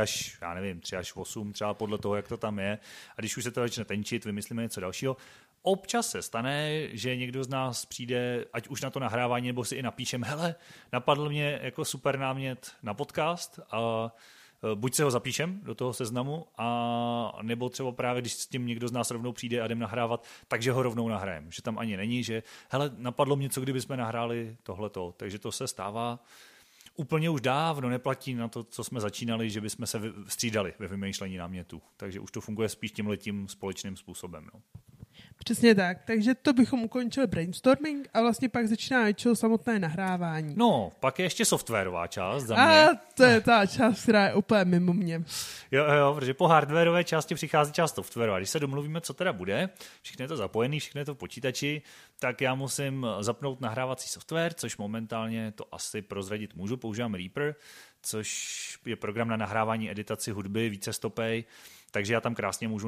S1: až 8, třeba podle toho, jak to tam je. A když už se to začne tenčit, vymyslíme něco dalšího. Občas se stane, že někdo z nás přijde, ať už na to nahrávání, nebo si i napíšem, hele, napadl mě jako super námět na podcast a buď se ho zapíšem do toho seznamu, a nebo třeba právě, když s tím někdo z nás rovnou přijde a jdem nahrávat, takže ho rovnou nahrajem. Že tam ani není, že hele, napadlo mě, co kdybychom nahráli tohleto. Takže to se stává. Úplně už dávno neplatí na to, co jsme začínali, že bychom se střídali ve vymýšlení námětů. Takže už to funguje spíš tímhletím společným způsobem. No.
S2: Přesně tak. Takže to bychom ukončili brainstorming a vlastně pak začíná samotné nahrávání.
S1: No, pak je ještě softwarová část za mě.
S2: A to je ta část, která je úplně mimo mě.
S1: Jo, protože po hardwareové části přichází část softwarová. Když se domluvíme, co teda bude, všechno je to zapojený, všechno je to v počítači, tak já musím zapnout nahrávací software, což momentálně to asi prozradit můžu. Používám Reaper, což je program na nahrávání editaci hudby, vícestopej. Takže já tam krásně můžu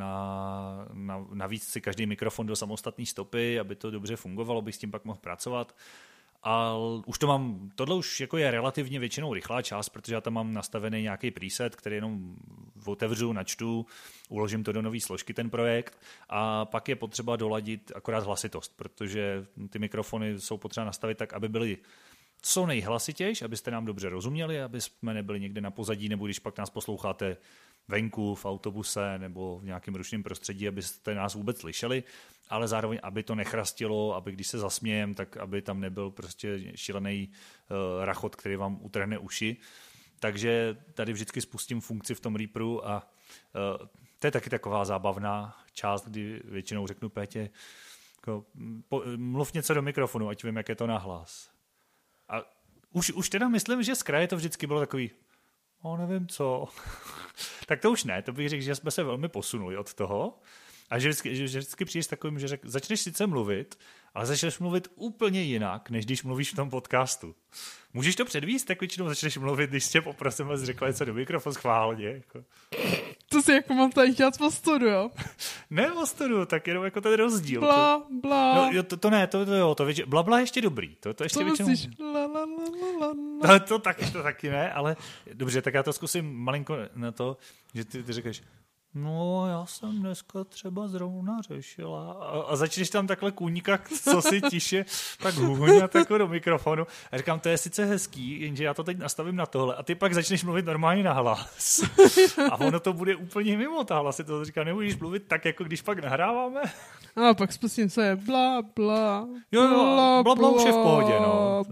S1: navíc si každý mikrofon do samostatné stopy, aby to dobře fungovalo, bych s tím pak mohl pracovat. A už to mám, tohle už jako je relativně většinou rychlá část, protože já tam mám nastavený nějaký preset, který jenom otevřu, načtu, uložím to do nové složky, ten projekt, a pak je potřeba doladit akorát hlasitost, protože ty mikrofony jsou potřeba nastavit tak, aby byly co nejhlasitější, abyste nám dobře rozuměli, aby jsme nebyli někde na pozadí, nebo když pak nás posloucháte venku, v autobuse nebo v nějakém rušném prostředí, abyste nás vůbec slyšeli, ale zároveň, aby to nechrastilo, aby když se zasmějem, tak aby tam nebyl prostě šílený rachot, který vám utrhne uši. takže tady vždycky spustím funkci v tom Reaperu a to je taky taková zábavná část, kdy většinou řeknu Pétě, jako, mluv něco do mikrofonu, ať vím, jak je to nahlas. A už teda myslím, že z kraje to vždycky bylo takový, nevím co. Tak to už ne, to bych řekl, že jsme se velmi posunuli od toho. A že vždycky přijdeš takovým, že začneš sice mluvit, ale začneš mluvit úplně jinak, než když mluvíš v tom podcastu. Můžeš to předvíst, tak většinou začneš mluvit, když tě poprosím a řekla něco do mikrofon schválně. Jako.
S2: To si jako mám tady dělat v studu, jo?
S1: Ne v studu, tak jenom jako ten rozdíl.
S2: Bla, bla.
S1: No, jo, to ne, to bla, bla ještě dobrý. To ještě většinou...
S2: Myslíš? La.
S1: To taky ne, ale dobře, tak já to zkusím malinko na to, že ty řekneš, no, já jsem dneska třeba zrovna řešila. A začneš tam takhle kůníkat, co si tiše, tak hůňat jako do mikrofonu. A říkám, to je sice hezký, jenže já to teď nastavím na tohle. A ty pak začneš mluvit normálně na hlas. A ono to bude úplně mimo ta hlasy. To říká, nemůžeš mluvit tak, jako když pak nahráváme.
S2: A pak spustím se je bla, bla.
S1: Jo, bla už je v pohodě, no.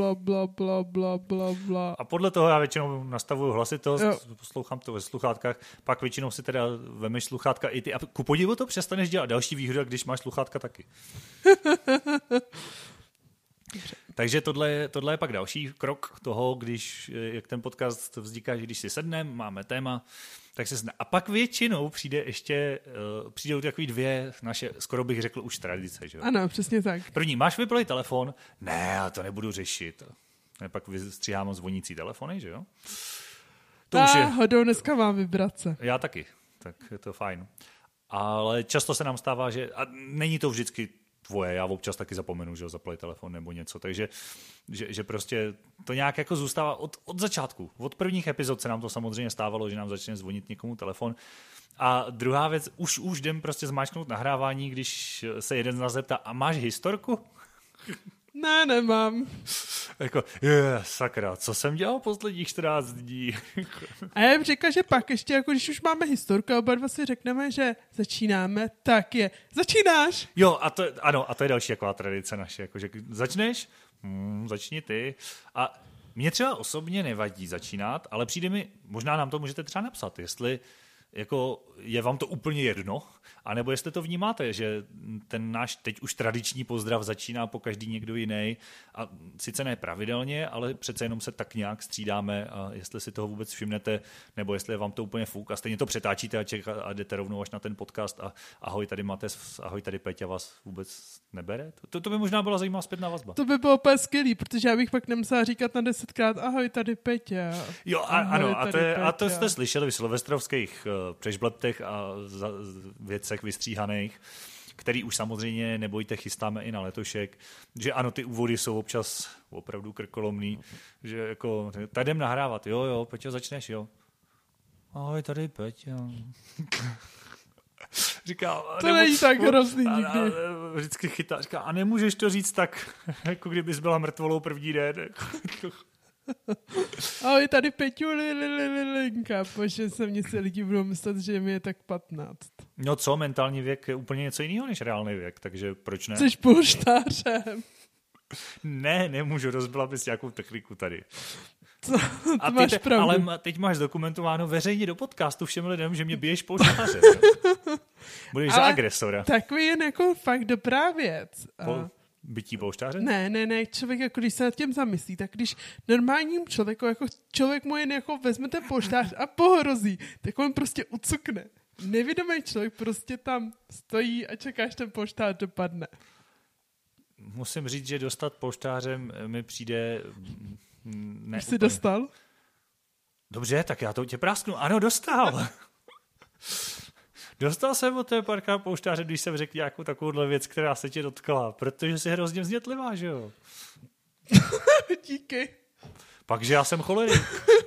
S2: Bla.
S1: A podle toho já většinou nastavuju hlasitost, poslouchám to ve sluchátkách, pak většinou si teda vemeš sluchátka i ty. A ku podivu to přestaneš dělat. Další výhoda, když máš sluchátka taky. Takže tohle je pak další krok toho, když, jak ten podcast vzniká, že když si sedneme, máme téma, tak se sedne. A pak většinou přijdou takový dvě naše, skoro bych řekl už tradice. Že?
S2: Ano, přesně tak.
S1: První, máš vyplý telefon? Ne, já to nebudu řešit. A pak vystříháme zvonící telefony, že jo?
S2: To už je... hodou dneska mám vibrace.
S1: Já taky, tak je to fajn. Ale často se nám stává, že a není to vždycky tvoje, já občas taky zapomenu, že ho zaplej telefon nebo něco, takže že prostě to nějak jako zůstává od začátku. Od prvních epizod se nám to samozřejmě stávalo, že nám začne zvonit někomu telefon. A druhá věc, už jdem prostě zmáčknout nahrávání, když se jeden z nás zeptá, a máš historku?
S2: Ne, nemám.
S1: Jako, sakra, co jsem dělal posledních 14 dní?
S2: A já bych řekla, že pak ještě, jako když už máme historku a oba dva si řekneme, že začínáme, tak je. Začínáš?
S1: Jo, a to je další taková tradice naše, jako, že začneš, začni ty. A mě třeba osobně nevadí začínat, ale přijde mi, možná nám to můžete třeba napsat, jestli jako je vám to úplně jedno, anebo jestli to vnímáte, že ten náš teď už tradiční pozdrav začíná po každý někdo jiný a sice ne pravidelně, ale přece jenom se tak nějak střídáme a jestli si toho vůbec všimnete, nebo jestli je vám to úplně fuk a stejně to přetáčíte a jdete rovnou až na ten podcast a ahoj, tady máte, ahoj, tady Peťa vás vůbec nebere? To by možná byla zajímavá zpětná vazba.
S2: To by bylo úplně skvělý, protože já bych pak nemusela říkat na 10krát ahoj, tady Peťa.
S1: Jo, ano, a to jste slyšeli v silvestrovských přežbleptech a věcech vystříhaných, který už samozřejmě, nebojte, chystáme i na letošek, že ano, ty úvody jsou občas opravdu krkolomný, že jako, tady jdem nahrávat, jo, Peťo, začneš, jo. Ahoj, tady Peťa. Říká,
S2: to není tak hrozný nikdy.
S1: Vždycky chytá, říká, a nemůžeš to říct tak, jako kdybys byla mrtvolou první den.
S2: Ahoj, tady Peťu, Linka, protože se mně si lidi budou myslet, že mi je tak 15.
S1: No co, mentální věk je úplně něco jiného než reálný věk, takže proč ne?
S2: Jsi polštářem.
S1: Ne, nemůžu, rozbila bys nějakou techniku tady.
S2: To máš pravdu.
S1: Ale teď máš dokumentováno veřejně do podcastu všem lidem, že mě biješ polštářem. Budeš za agresora.
S2: Takový jen jako fakt dobrá věc.
S1: Bytí polštáře?
S2: Ne, člověk jako když se nad tím zamyslí, tak když normálním člověku, jako člověk mu jen jako vezme ten polštář a pohrozí, tak on prostě ucukne. Nevědomý člověk prostě tam stojí a čekáš, ten polštář dopadne.
S1: Musím říct, že dostat polštářem mi přijde...
S2: Už jsi dostal?
S1: Dobře, tak já to tě prásknu. Ano, dostal. Dostal jsem od té párkrát polštáře, když jsem řekl nějakou takovouhle věc, která se tě dotkla, protože jsi hrozně vznětlivá, že jo?
S2: Díky.
S1: Pak, že já jsem cholerik.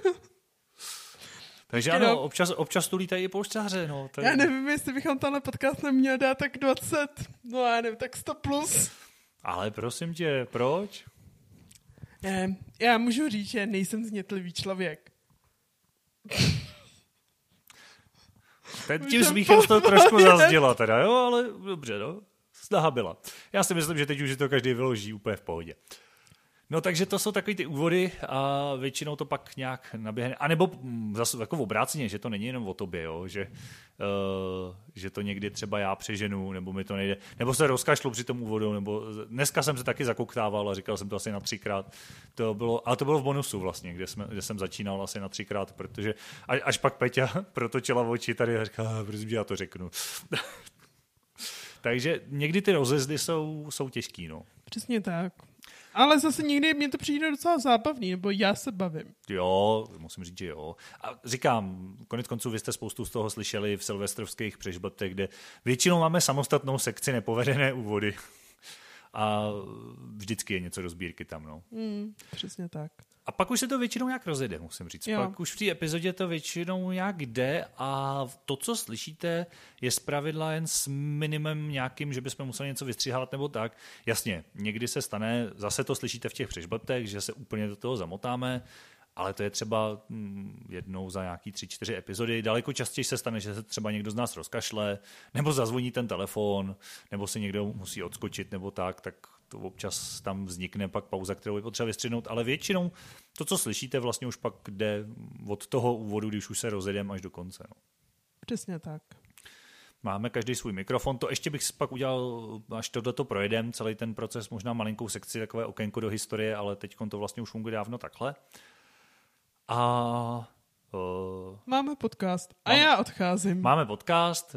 S1: Takže ano, občas tu lítají i polštáře. No, tady...
S2: Já nevím, jestli bychom tenhle podcast neměl dát tak 20, no já nevím, tak 100+.
S1: Ale prosím tě, proč?
S2: Já můžu říct, že nejsem vznětlivý člověk.
S1: Tím smíchem to trošku zazděla teda, jo, ale dobře, no. Snaha byla. Já si myslím, že teď už to každý vyloží úplně v pohodě. No takže to jsou takový ty úvody a většinou to pak nějak naběhne. A nebo zase jako v obráceně, že to není jenom o tobě, jo? Že to někdy třeba já přeženu, nebo mi to nejde. Nebo se rozkašlu při tom úvodu, nebo dneska jsem se taky zakoktával a říkal jsem to asi na 3krát. Ale to bylo v bonusu vlastně, kde jsem začínal asi na 3krát, protože až pak Peťa protočila oči tady a říkala, prosím, že já to řeknu. Takže někdy ty rozjezdy jsou těžký, no.
S2: Přesně tak. Ale zase někdy mě to přijde docela zábavný, nebo já se bavím.
S1: Jo, musím říct, že jo. A říkám, konec konců vy jste spoustu z toho slyšeli v silvestrovských přežbltech, kde většinou máme samostatnou sekci nepovedené úvody. A vždycky je něco do sbírky tam, no.
S2: Přesně tak.
S1: A pak už se to většinou nějak rozjede, musím říct. Jo. Pak už v té epizodě to většinou nějak jde a to, co slyšíte, je zpravidla jen s minimem nějakým, že bychom museli něco vystřihávat nebo tak. Jasně, někdy se stane, zase to slyšíte v těch přežbltech, že se úplně do toho zamotáme, ale to je třeba jednou za nějaký 3-4 epizody. Daleko častěji se stane, že se třeba někdo z nás rozkašle, nebo zazvoní ten telefon, nebo se někdo musí odskočit, nebo tak to občas tam vznikne pak pauza, kterou je potřeba vystřihnout, ale většinou to, co slyšíte, vlastně už pak jde od toho úvodu, když už se rozjedeme až do konce. No.
S2: Přesně tak.
S1: Máme každý svůj mikrofon, to ještě bych pak udělal, až tohleto projedem, celý ten proces, možná malinkou sekci, takové okénko do historie, ale teď to vlastně už funguje dávno takhle. A
S2: máme podcast a já odcházím.
S1: Máme podcast,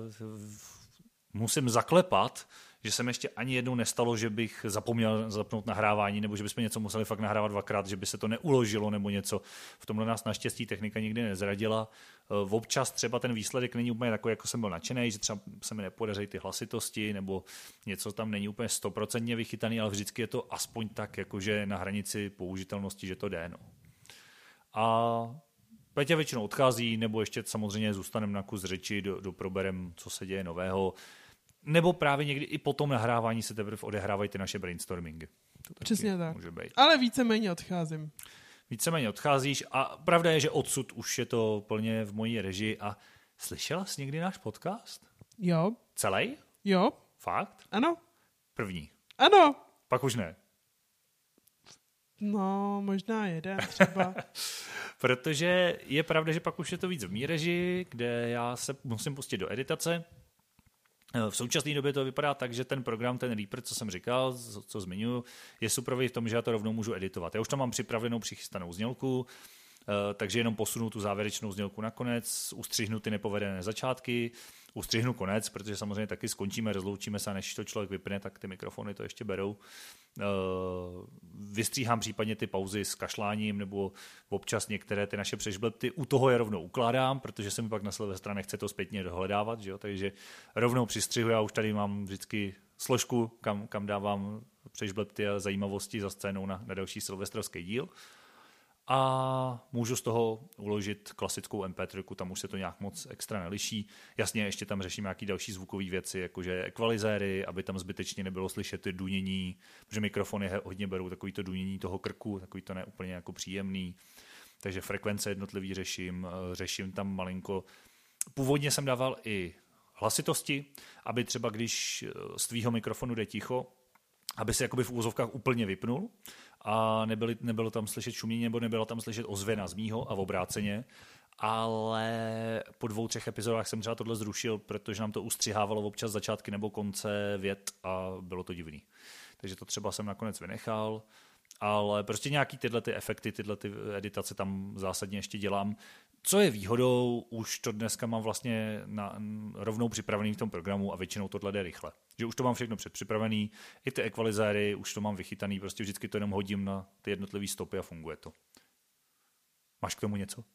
S1: musím zaklepat, že jsem ještě ani jednou nestalo, že bych zapomněl zapnout nahrávání, nebo že bychom něco museli fakt nahrávat 2krát, že by se to neuložilo nebo něco. V tomhle nás naštěstí technika nikdy nezradila. Občas třeba ten výsledek není úplně takový, jako jsem byl nadšený, že třeba se mi nepodaří ty hlasitosti, nebo něco tam není úplně 100% vychytaný, ale vždycky je to aspoň tak, jakože na hranici použitelnosti, že to jde. No. A Peťa většinou odchází, nebo ještě samozřejmě zůstaneme na kus řeči, doproberem, co se děje nového. Nebo právě někdy i po tom nahrávání se teprve odehrávají ty naše brainstormingy.
S2: Přesně tak.
S1: Může být.
S2: Ale víceméně odcházím.
S1: Víceméně odcházíš a pravda je, že odsud už je to plně v mojí režii. A slyšela jsi někdy náš podcast?
S2: Jo.
S1: Celý?
S2: Jo.
S1: Fakt?
S2: Ano.
S1: První?
S2: Ano.
S1: Pak už ne?
S2: No, možná jeden třeba.
S1: Protože je pravda, že pak už je to víc v mý režii, kde já se musím pustit do editace. V současné době to vypadá tak, že ten program, ten Reaper, co jsem říkal, co zmiňuji, je superový v tom, že já to rovnou můžu editovat. Já už tam mám připravenou přichystanou znělku, takže jenom posunu tu závěrečnou znělku na konec, ustřihnu ty nepovedené začátky, ustřihnu konec, protože samozřejmě taky skončíme, rozloučíme se a než to člověk vypne, tak ty mikrofony to ještě berou. Vystříhám případně ty pauzy s kašláním nebo občas některé ty naše přežblety. U toho je rovnou ukládám, protože se mi pak na Silvestra nechce to zpětně dohledávat, že jo? Takže rovnou přistřihu. Já už tady mám vždycky složku, kam dávám přežblety a zajímavosti za scénou na další silvestrovský díl. A můžu z toho uložit klasickou MP3, tam už se to nějak moc extra neliší. Jasně, ještě tam řeším nějaké další zvukové věci, jakože ekvalizéry, aby tam zbytečně nebylo slyšet ty dunění, protože mikrofony hodně berou takový to dunění toho krku, takový to neúplně jako příjemný. Takže frekvence jednotlivý řeším tam malinko. Původně jsem dával i hlasitosti, aby třeba když z tvýho mikrofonu jde ticho, aby se jakoby v úvozovkách úplně vypnul a nebylo tam slyšet šumění nebo nebylo tam slyšet ozvěna z mýho a obráceně, ale po 2-3 epizodách jsem třeba tohle zrušil, protože nám to ustřihávalo občas začátky nebo konce vět a bylo to divný. Takže to třeba jsem nakonec vynechal, ale prostě nějaký tyhle ty efekty, tyhle ty editace tam zásadně ještě dělám. Co je výhodou, už to dneska mám vlastně rovnou připravený v tom programu a většinou tohle jde rychle. Že už to mám všechno předpřipravený, i ty ekvalizéry, už to mám vychytaný, prostě vždycky to jenom hodím na ty jednotlivé stopy a funguje to. Máš k tomu něco?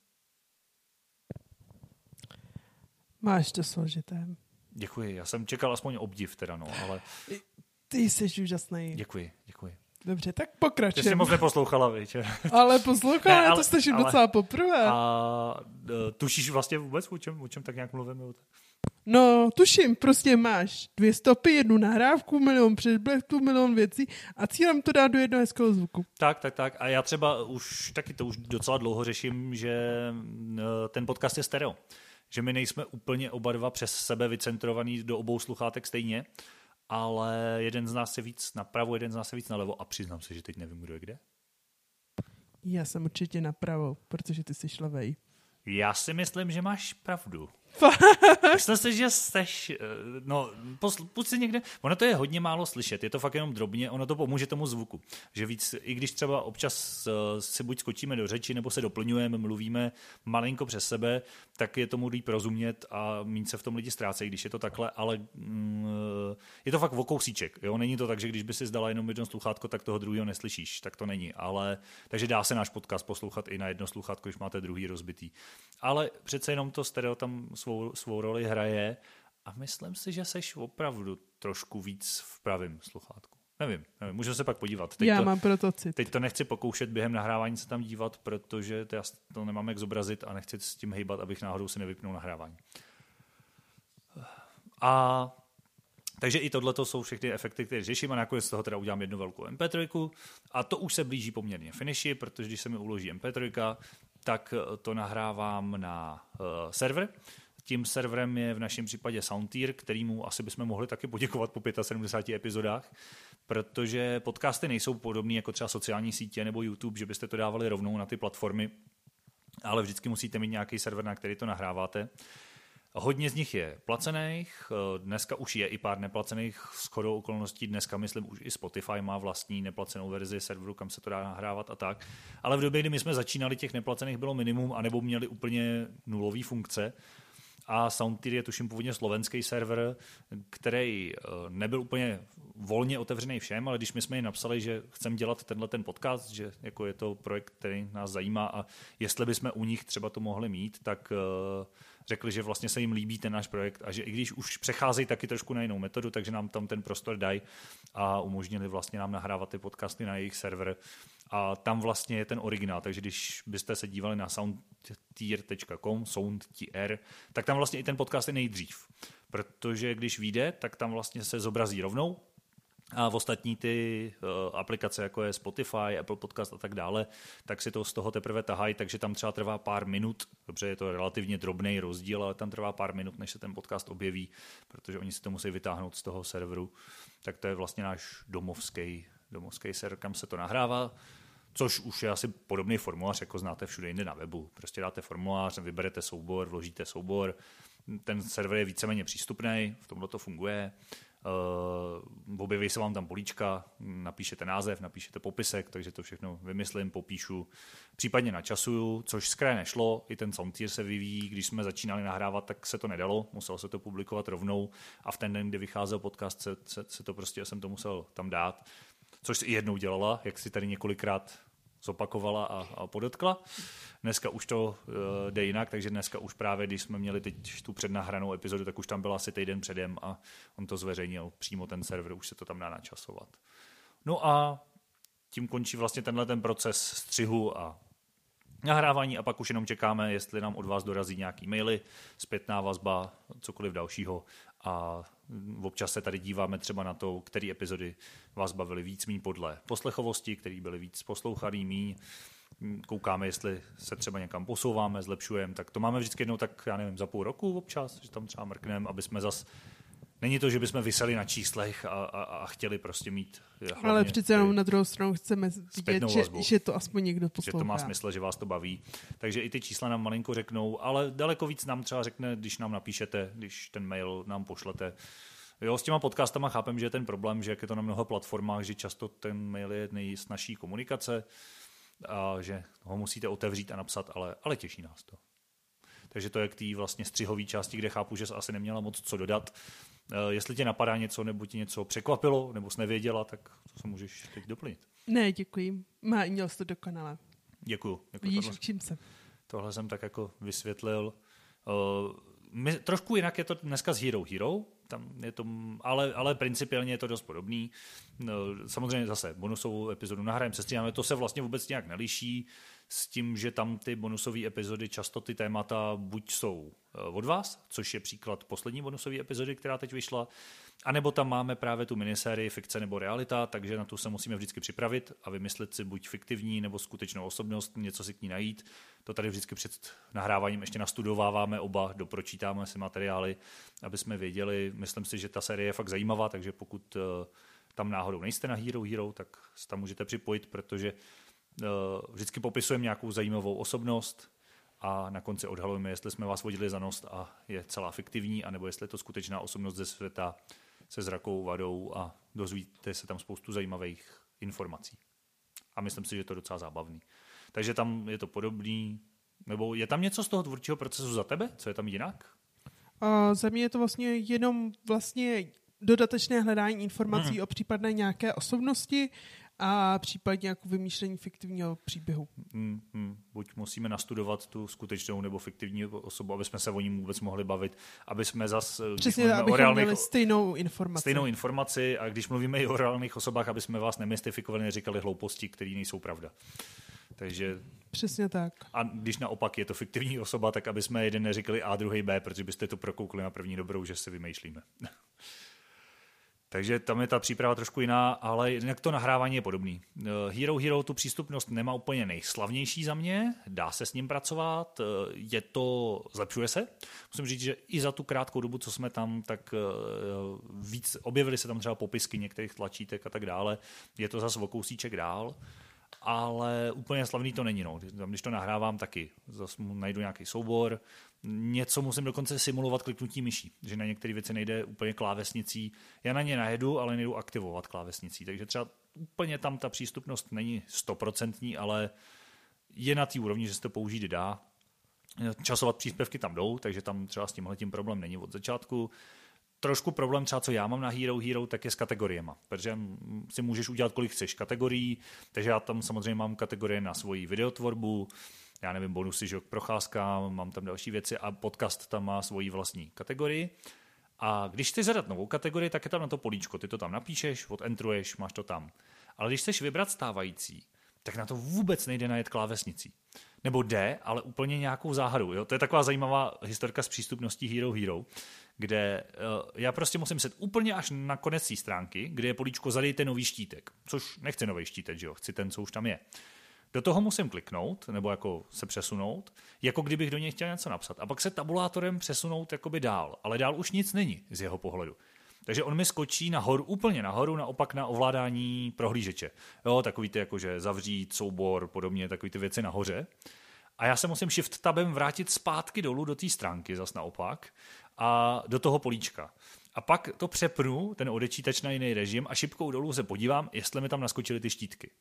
S2: Máš to složité.
S1: Děkuji, já jsem čekal aspoň obdiv teda, no, ale...
S2: Ty jsi úžasný.
S1: Děkuji.
S2: Dobře, tak pokračujeme.
S1: Ty jsi moc neposlouchala, viď?
S2: Ale poslouchala, já to slyším docela poprvé.
S1: A tušíš vlastně vůbec, o čem tak nějak mluvím?
S2: No, tuším, prostě máš 2 stopy, 1 nahrávku, 1 milion předblechtů, 1 milion věcí a cílem to dát do jednoho hezkého zvuku.
S1: Tak. A já třeba už docela dlouho řeším, že ten podcast je stereo. Že my nejsme úplně oba dva přes sebe vycentrovaný do obou sluchátek stejně. ale jeden z nás je víc napravo, jeden z nás je víc nalevo a přiznám se, že teď nevím, kdo je kde.
S2: Já jsem určitě napravo, protože ty jsi levej.
S1: Já si myslím, že máš pravdu. Myslím si, že jsteš, pusť si někde, ono to je hodně málo slyšet, je to fakt jenom drobně, ono to pomůže tomu zvuku, že víc, i když třeba občas si buď skočíme do řeči, nebo se doplňujeme, mluvíme malinko přes sebe, tak je tomu líp rozumět a méně se v tom lidi ztrácejí, když je to takhle, ale je to fakt o kousíček, jo? Není to tak, že když by si zdala jenom jedno sluchátko, tak toho druhého neslyšíš, tak to není, takže dá se náš podcast poslouchat i na jedno sluchátko, když máte druhý rozbitý. Ale přece jenom to stereo tam svou roli hraje a myslím si, že seš opravdu trošku víc v pravém sluchátku. Nevím, můžeme se pak podívat.
S2: Mám proto cit.
S1: Teď to nechci pokoušet během nahrávání se tam dívat, protože já to nemám jak zobrazit a nechci s tím hejbat, abych náhodou si nevypnul nahrávání. Takže i tohleto jsou všechny efekty, které řeším a nakonec z toho teda udělám jednu velkou MP3 a to už se blíží poměrně finiši, protože když se mi uloží MP3, tak to nahrávám na server. Tím serverem je v našem případě Soundtier, kterýmu asi bychom mohli taky poděkovat po 75 epizodách, protože podcasty nejsou podobný jako třeba sociální sítě nebo YouTube, že byste to dávali rovnou na ty platformy, ale vždycky musíte mít nějaký server, na který to nahráváte. Hodně z nich je placených, dneska už je i pár neplacených, shodou okolností dneska myslím už i Spotify má vlastní neplacenou verzi serveru, kam se to dá nahrávat a tak. Ale v době, kdy my jsme začínali, těch neplacených bylo minimum, anebo měli úplně nulový funkce. A Soundtier je tuším původně slovenský server, který nebyl úplně volně otevřený všem, ale když my jsme jim napsali, že chceme dělat ten podcast, že jako je to projekt, který nás zajímá a jestli bychom u nich třeba to mohli mít, tak řekli, že vlastně se jim líbí ten náš projekt a že i když už přecházejí taky trošku na jinou metodu, takže nám tam ten prostor dají a umožnili vlastně nám nahrávat ty podcasty na jejich server. A tam vlastně je ten originál, takže když byste se dívali na soundtier.com, soundtier, tak tam vlastně i ten podcast je nejdřív. Protože když vyjde, tak tam vlastně se zobrazí rovnou a v ostatní ty aplikace, jako je Spotify, Apple Podcast a tak dále, tak si to z toho teprve tahají, takže tam třeba trvá pár minut, dobře, je to relativně drobný rozdíl, ale tam trvá pár minut, než se ten podcast objeví, protože oni si to musí vytáhnout z toho serveru. Tak to je vlastně náš domovský server, kam se to nahrává. Což už je asi podobný formulář, jako znáte všude jinde na webu. Prostě dáte formulář, vyberete soubor, vložíte soubor. Ten server je víceméně přístupný, v tomhle to funguje. Objeví se vám tam políčka, napíšete název, napíšete popisek, takže to všechno vymyslím, popíšu. Případně načasuju, což z kraje nešlo. I ten Soundtier se vyvíjí. Když jsme začínali nahrávat, tak se to nedalo. Muselo se to publikovat rovnou a v ten den, kdy vycházel podcast, se to prostě jsem to musel tam dát. Což si i jednou dělala, jak si tady několikrát zopakovala a podotkla. Dneska už to jde jinak, takže dneska už právě, když jsme měli teď tu přednahranou epizodu, tak už tam byla asi týden předem a on to zveřejnil přímo ten server, už se to tam dá načasovat. No a tím končí vlastně tenhle ten proces střihu a nahrávání a pak už jenom čekáme, jestli nám od vás dorazí nějaký maily, zpětná vazba, cokoliv dalšího a občas se tady díváme třeba na to, které epizody vás bavily víc, míň podle poslechovosti, které byly víc poslouchaný, míň. Koukáme, jestli se třeba někam posouváme, zlepšujeme, tak to máme vždycky jednou tak, já nevím, za půl roku občas, že tam třeba mrkneme, aby jsme zas. Není to, že bychom viseli na číslech a chtěli prostě mít.
S2: Ale přece jenom na druhou stranu chceme vidět, že to aspoň někdo poslouchá.
S1: Že to má smysl, že vás to baví. Takže i ty čísla nám malinko řeknou, ale daleko víc nám třeba řekne, když nám napíšete, když ten mail nám pošlete. Jo, s těma podcastama chápem, že je ten problém, že jak je to na mnoha platformách, že často ten mail je nejsnažší komunikace a že ho musíte otevřít a napsat, ale těší nás to. Takže to je k té vlastně střihové části, kde chápu, že jsi asi neměla moc co dodat. Jestli tě napadá něco, nebo ti něco překvapilo, nebo jsi nevěděla, tak to se můžeš teď doplnit.
S2: Ne, děkuji. Měl jsi to dokonale.
S1: Děkuju.
S2: Vidíš, učím se.
S1: Tohle jsem tak jako vysvětlil. Trošku jinak je to dneska s Hero. Tam je to, ale principiálně je to dost podobný. Samozřejmě zase bonusovou epizodu nahrajeme, sestříháme, to se vlastně vůbec nějak neliší s tím, že tam ty bonusové epizody často ty témata buď jsou od vás, což je příklad poslední bonusové epizody, která teď vyšla, A nebo tam máme právě tu minisérii fikce nebo realita, takže na tu se musíme vždycky připravit a vymyslet si buď fiktivní nebo skutečnou osobnost, něco si k ní najít. To tady vždycky před nahráváním ještě nastudováváme oba, dopročítáme si materiály, aby jsme věděli. Myslím si, že ta série je fakt zajímavá, takže pokud tam náhodou nejste na Hero Hero, tak se tam můžete připojit, protože vždycky popisujeme nějakou zajímavou osobnost a na konci odhalujeme, jestli jsme vás vodili za nos a je celá fiktivní, anebo jestli je to skutečná osobnost ze světa se zrakovou vadou a dozvíte se tam spoustu zajímavých informací. A myslím si, že je to docela zábavný. Takže tam je to podobný, nebo je tam něco z toho tvůrčího procesu za tebe? Co je tam jinak?
S2: Za mě je to vlastně jenom dodatečné hledání informací o případné nějaké osobnosti a případně jako vymýšlení fiktivního příběhu.
S1: Buď musíme nastudovat tu skutečnou nebo fiktivní osobu, aby jsme se o ní vůbec mohli bavit, aby jsme zase...
S2: Přesně, abychom měli stejnou
S1: informaci a když mluvíme i o reálných osobách, aby jsme vás nemystifikovali, neříkali hlouposti, které nejsou pravda. Takže...
S2: Přesně tak.
S1: A když naopak je to fiktivní osoba, tak aby jsme jeden neříkali A, druhý B, protože byste to prokoukli na první dobrou, že si vymýšlíme. Takže tam je ta příprava trošku jiná, ale jinak to nahrávání je podobný. Hero Hero tu přístupnost nemá úplně nejslavnější za mě, dá se s ním pracovat, zlepšuje se. Musím říct, že i za tu krátkou dobu, co jsme tam, tak víc objevily se tam třeba popisky některých tlačítek a tak dále. Je to zase o kousíček dál, ale úplně slavný to není. No. Když to nahrávám taky, zase najdu nějaký soubor, něco musím dokonce simulovat kliknutí myší, že na některé věci nejde úplně klávesnicí. Já na ně najedu, ale nejdu aktivovat klávesnicí, takže třeba úplně tam ta přístupnost není 100%, ale je na té úrovni, že se to použít dá. Časovat příspěvky tam jdou, takže tam třeba s tímhletím problém není od začátku. Trošku problém třeba, co já mám na Hero Hero, tak je s kategoriema, protože si můžeš udělat, kolik chceš kategorií, takže já tam samozřejmě mám kategorie na svoji videotvorbu, já nevím, bonusy, že procházkám, mám tam další věci a podcast tam má svoji vlastní kategorii. A když chceš zadat novou kategorii, tak je tam na to políčko, ty to tam napíšeš, odentruješ, máš to tam. Ale když chceš vybrat stávající, tak na to vůbec nejde najet klávesnicí. Nebo jde, ale úplně nějakou záhadou. Jo? To je taková zajímavá historka s přístupností Hero Hero, kde já prostě musím set úplně až na konec té stránky, kde je políčko zadejte nový štítek, což nechci nový štítek, že jo? Chci ten, co už tam je. Do toho musím kliknout, nebo jako se přesunout, jako kdybych do něj chtěl něco napsat. A pak se tabulátorem přesunout jakoby dál, ale dál už nic není z jeho pohledu. Takže on mi skočí nahoru, úplně nahoru, naopak na ovládání prohlížeče. Jo, takový ty jakože zavřít, soubor, podobně, takový ty věci nahoře. A já se musím shift tabem vrátit zpátky dolů do té stránky, zas naopak, a do toho políčka. A pak to přepnu, ten odečítač na jiný režim a šipkou dolů se podívám, jestli mi tam naskočily ty štítky.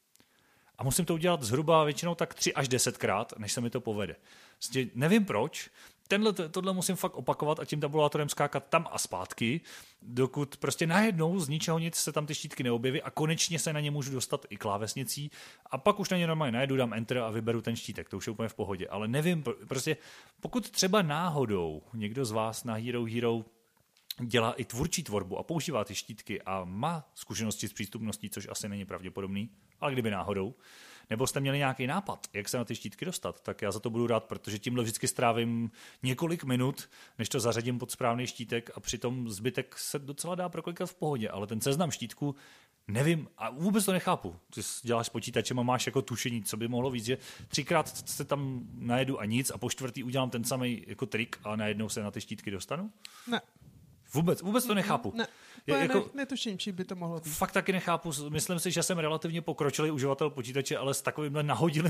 S1: A musím to udělat zhruba většinou tak 3 až 10krát, než se mi to povede. Nevím proč, tohle musím fakt opakovat a tím tabulátorem skákat tam a zpátky, dokud prostě najednou z ničeho nic se tam ty štítky neobjeví a konečně se na ně můžu dostat i klávesnicí a pak už na ně normálně najedu, dám enter a vyberu ten štítek, to už je úplně v pohodě. Ale nevím, prostě pokud třeba náhodou někdo z vás na Hero Hero dělá i tvůrčí tvorbu a používá ty štítky a má zkušenosti s přístupností, což asi není pravděpodobný, ale kdyby náhodou, nebo jste měli nějaký nápad, jak se na ty štítky dostat, tak já za to budu rád, protože tímhle vždycky strávím několik minut, než to zařadím pod správný štítek a přitom zbytek se docela dá proklikat v pohodě, ale ten seznam štítků nevím a vůbec to nechápu. Ty děláš s počítačem a máš jako tušení, co by mohlo víc, že 3krát se tam najedu a nic a po 4. udělám ten samý jako trik a najednou se na ty štítky dostanu?
S2: Ne.
S1: Vůbec to nechápu.
S2: Ne, netuším, či by to mohlo být.
S1: Fakt taky nechápu. Myslím si, že jsem relativně pokročilý uživatel počítače, ale s takovýmhle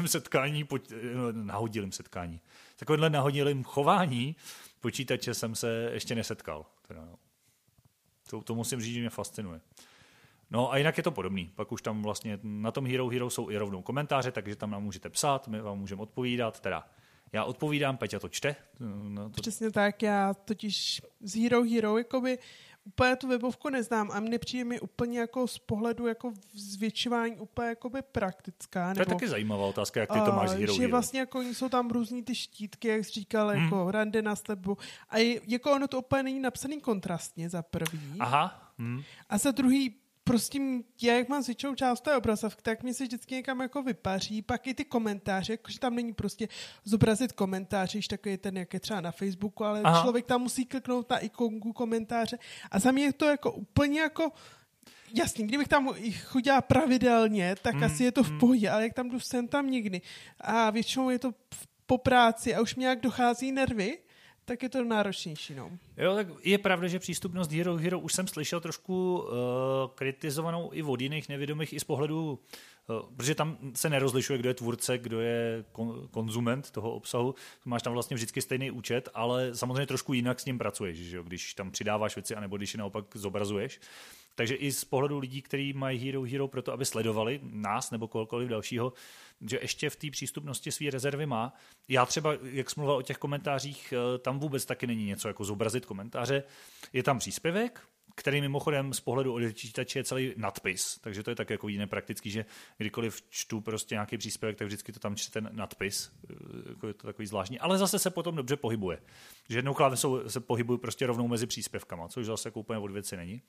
S1: takovýmhle nahodilým chování počítače jsem se ještě nesetkal. Teda, no. To musím říct, že mě fascinuje. No a jinak je to podobný. Pak už tam vlastně na tom Hero Hero jsou i rovnou komentáře, takže tam nám můžete psát, my vám můžeme odpovídat, teda já odpovídám, Peťa to čte. No, to...
S2: Přesně tak, já totiž z Hero Hero jakoby úplně tu webovku neznám a mně přijde mi úplně jako z pohledu jako zvětšování úplně jakoby praktická.
S1: To je taky zajímavá otázka, jak ty to máš z Hero
S2: Že
S1: Hero.
S2: vlastně jako jsou tam různý ty štítky, jak jsi říkal, jako rande na stebu a jako ono to úplně není napsaný kontrastně za prvý.
S1: Aha.
S2: A za druhý prostě já, jak mám zvětšinou část té obrazovky, tak mi se vždycky někam jako vypaří, pak i ty komentáře, jakože tam není prostě zobrazit komentáře, když takový ten, jak je třeba na Facebooku, ale člověk tam musí kliknout na ikonku komentáře a za mě je to jako úplně jako jasně, kdybych tam chodila pravidelně, tak asi je to v pohodě, ale jak tam jdu sem tam někdy a většinou je to po práci a už mi nějak dochází nervy, tak je to náročnější. No.
S1: Jo, tak je pravda, že přístupnost Hero už jsem slyšel trošku kritizovanou i od jiných nevědomých i z pohledu, protože tam se nerozlišuje, kdo je tvůrce, kdo je konzument toho obsahu. Máš tam vlastně vždycky stejný účet, ale samozřejmě trošku jinak s ním pracuješ, že jo? Když tam přidáváš věci, anebo když je naopak zobrazuješ. Takže i z pohledu lidí, kteří mají Hero proto, aby sledovali nás nebo kohokoliv dalšího, že ještě v té přístupnosti své rezervy má. Já třeba, jak jsem mluvil o těch komentářích, tam vůbec taky není něco jako zobrazit komentáře. Je tam příspěvek, který mimochodem z pohledu odečítače je celý nadpis, takže to je tak jako jiné prakticky, že kdykoliv čtu prostě nějaký příspěvek, tak vždycky to tam čte ten nadpis, jako je to takový zvláštní, ale zase se potom dobře pohybuje. Že jednou klávesou se pohybuje prostě rovnou mezi příspěvkama, což zase jako úplně od věci není.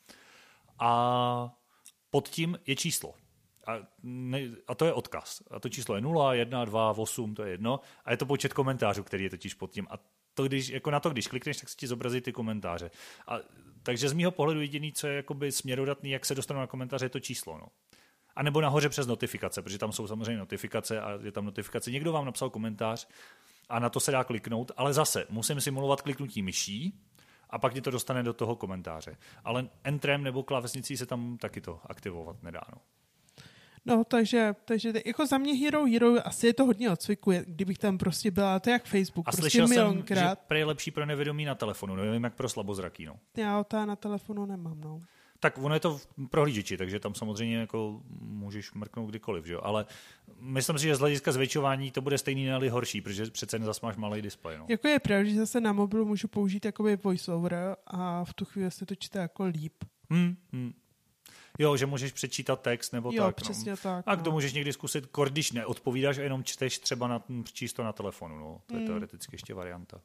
S1: A pod tím je číslo. A to je odkaz. A to číslo je 0, 1, 2, 8, to je jedno. A je to počet komentářů, který je totiž pod tím. A to, když klikneš, tak se ti zobrazí ty komentáře. Takže z mýho pohledu jediný, co je jakoby směrodatný, jak se dostanou na komentáře, je to číslo. No. A nebo nahoře přes notifikace, protože tam jsou samozřejmě notifikace a je tam notifikace. Někdo vám napsal komentář a na to se dá kliknout, ale zase musím simulovat kliknutí myší, a pak ti to dostane do toho komentáře. Ale entrem nebo klávesnicí se tam taky to aktivovat nedá.
S2: No, takže jako za mě Hero, asi je to hodně odcviku, kdybych tam prostě byla, to je jak Facebook.
S1: A
S2: prostě
S1: slyšel jsem,
S2: že
S1: je lepší pro nevědomí na telefonu, nevím jak pro slabozraký. No.
S2: Já to na telefonu nemám, no.
S1: Tak ono je to v prohlížeči, takže tam samozřejmě jako můžeš mrknout kdykoliv, že jo? Ale myslím si, že z hlediska zvětšování to bude stejný, ne-li horší, protože přece zase máš malý displej. No.
S2: Jako je pravda, že zase na mobilu můžu použít jakoby voiceover a v tu chvíli se to čte jako líp.
S1: Jo, že můžeš přečítat text nebo
S2: jo,
S1: tak.
S2: Přesně tak.
S1: A to můžeš někdy zkusit, když neodpovídáš a jenom čteš třeba číst to na telefonu. No. To je teoreticky ještě varianta.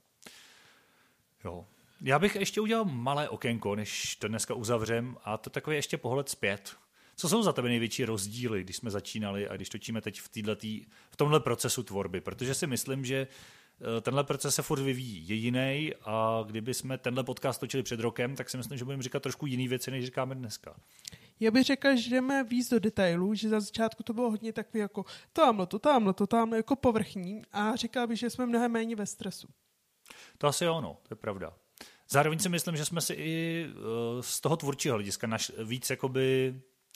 S1: Jo. Já bych ještě udělal malé okénko, než to dneska uzavřem, a to takový ještě pohled zpět. Co jsou za tebe největší rozdíly, když jsme začínali a když točíme teď v tomhle procesu tvorby? Protože si myslím, že tenhle proces se furt vyvíjí, je jiný a kdyby jsme tenhle podcast točili před rokem, tak si myslím, že budeme říkat trošku jiný věci, než říkáme dneska.
S2: Já bych řekla, že jdeme víc do detailů, že za začátku to bylo hodně takový jako tamhle, jako povrchní a říkala bych, že jsme mnohem méně ve stresu.
S1: To asi ono, to je pravda. Zároveň si myslím, že jsme si i z toho tvůrčího hlediska víc jakoby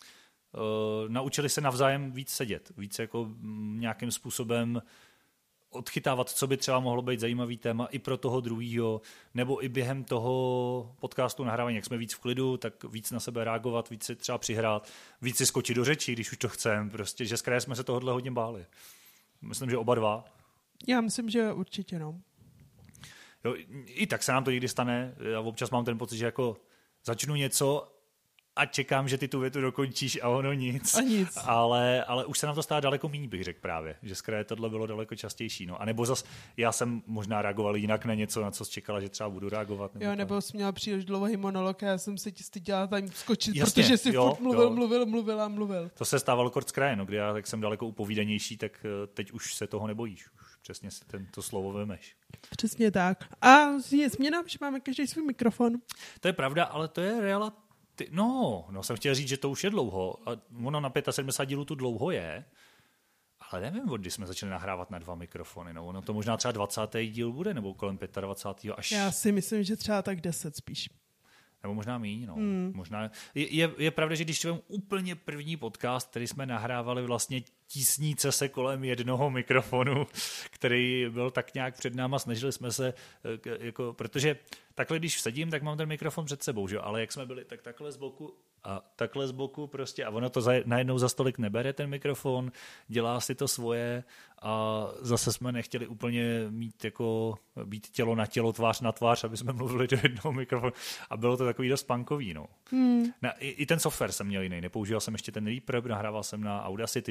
S1: naučili se navzájem víc sedět, víc jako nějakým způsobem odchytávat, co by třeba mohlo být zajímavý téma i pro toho druhýho, nebo i během toho podcastu nahrávání, jak jsme víc v klidu, tak víc na sebe reagovat, víc si třeba přihrát, víc si skočit do řečí, když už to chceme, prostě, že zkrátka jsme se tohohle hodně báli. Myslím, že oba dva. Já
S2: myslím, že určitě, no.
S1: Jo, i tak se nám to někdy stane. Já občas mám ten pocit, že jako začnu něco a čekám, že ty tu větu dokončíš a ono nic.
S2: A nic.
S1: Ale už se nám to stává daleko méně, bych řekl právě. Že zkrátka tohle bylo daleko častější. No. A nebo zas já jsem možná reagoval jinak na něco, na co jsi čekala, že třeba budu reagovat.
S2: Nebo jsi měla příliš dlouhý monolog a já jsem se ti styděla tam skočit, jasně, protože jsi furt mluvil.
S1: To se stávalo kort z kraje, no, kdy já tak jsem daleko upovídanější, tak teď už se toho nebojíš. Už přesně si to slovo vemeš.
S2: Přesně tak. A je změna, že máme každý svůj mikrofon.
S1: To je pravda, ale to je realita. No, jsem chtěl říct, že to už je dlouho. A ono na 75 dílů tu dlouho je, ale nevím, od kdy jsme začali nahrávat na 2 mikrofony. No, ono to možná třeba 20. díl bude, nebo kolem 25. až...
S2: Já si myslím, že třeba tak 10 spíš.
S1: Nebo možná míň, no. Možná... Je pravda, že když vezmu úplně první podcast, který jsme nahrávali vlastně tísníce se kolem jednoho mikrofonu, který byl tak nějak před náma, snažili jsme se, jako, protože takhle, když sedím, tak mám ten mikrofon před sebou, že? Ale jak jsme byli, tak takhle z boku prostě a ono to najednou za stolik nebere ten mikrofon, dělá si to svoje a zase jsme nechtěli úplně mít jako být tělo na tělo, tvář na tvář, aby jsme mluvili do jednoho mikrofonu a bylo to takový dost punkový, no. I ten software jsem měl jiný, nepoužíval jsem ještě ten Reaper, nahrával jsem na Audacity,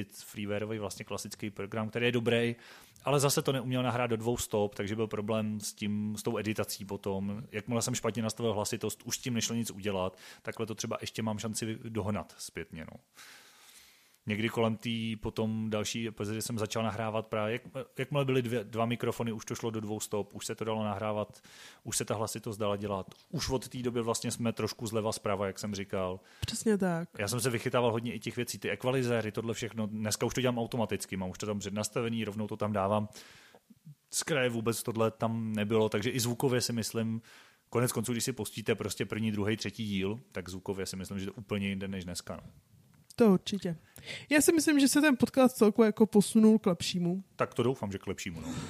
S1: softwarový vlastně klasický program, který je dobrý, ale zase to neuměl nahrát do 2 stop, takže byl problém s tou editací potom. Jakmile jsem špatně nastavil hlasitost, už s tím nešlo nic udělat, takhle to třeba ještě mám šanci dohnat zpětně. No. Někdy kolem té potom další epizody jsem začal nahrávat právě, jakmile byly 2 mikrofony, už to šlo do 2 stop, už se to dalo nahrávat, už se ta hlasitost dala dělat. Už od té doby vlastně jsme trošku zleva zprava, jak jsem říkal.
S2: Přesně tak.
S1: Já jsem se vychytával hodně i těch věcí, ty ekvalizéry, tohle všechno. Dneska už to dělám automaticky, mám už to tam přednastavený, rovnou to tam dávám. Z kraje vůbec tohle tam nebylo, takže i zvukově si myslím, konec konců, když si pustíte prostě první, druhý, třetí díl, tak zvukově si myslím, že to je úplně jinde než dneska. No.
S2: To určitě. Já si myslím, že se ten podcast celkově jako posunul k lepšímu.
S1: Tak to doufám, že k lepšímu. No.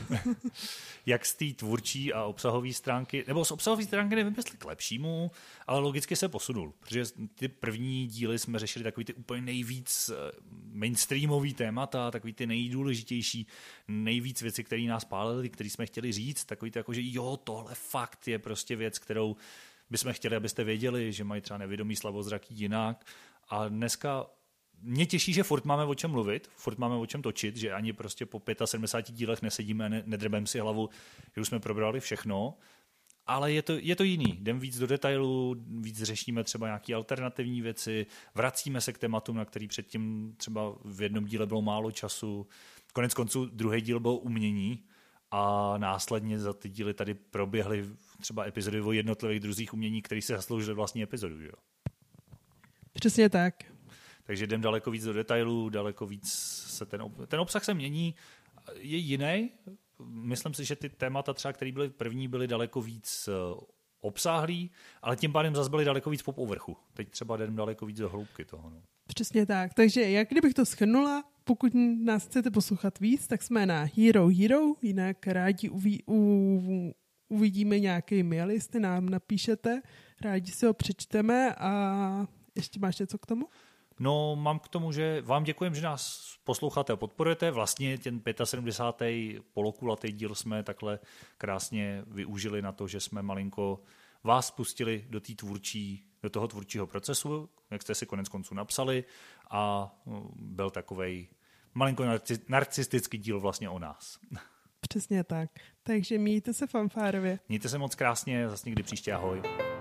S1: Jak z té tvůrčí a obsahové stránky, nebo z obsahové stránky nevím, jestli k lepšímu, ale logicky se posunul. Protože ty první díly jsme řešili takový ty úplně nejvíc mainstreamový témata, takový ty nejdůležitější, nejvíc věci, které nás pálily, které jsme chtěli říct, takový ty jako, že jo, tohle fakt je prostě věc, kterou bychom chtěli, abyste věděli, že mají třeba nevědomí slabozraký jinak. A dneska mě těší, že furt máme o čem mluvit, furt máme o čem točit, že ani prostě po 75 dílech nesedíme a nedrbeme si hlavu, že už jsme probrali všechno, ale je to jiný. Jdem víc do detailů, víc řešíme třeba nějaké alternativní věci, vracíme se k tématům, na který předtím třeba v jednom díle bylo málo času. Konec konců druhý díl byl umění a následně za ty díly tady proběhly třeba epizody o jednotlivých druzích umění, který se zasloužili vlastní epizodu. Jo?
S2: Přesně tak.
S1: Takže jdem daleko víc do detailů, daleko víc se ten obsah se mění, je jiný. Myslím si, že ty témata třeba, které byly první, byly daleko víc obsáhlý, ale tím pádem zase byly daleko víc po povrchu. Teď třeba jdem daleko víc do hloubky toho. No.
S2: Přesně tak. Takže jak kdybych to shrnula, pokud nás chcete poslouchat víc, tak jsme na Hero, jinak rádi uvidíme nějaký mail, jestli nám napíšete, rádi si ho přečteme a ještě máš něco k tomu?
S1: No, mám k tomu, že vám děkujeme, že nás posloucháte a podporujete. Vlastně ten 75. polokulatý díl jsme takhle krásně využili na to, že jsme malinko vás pustili do toho tvůrčího procesu, jak jste si konec konců napsali, a byl takovej malinko narcistický díl vlastně o nás.
S2: Přesně tak. Takže mějte se fanfárově.
S1: Mějte se moc krásně, zase někdy příště, ahoj.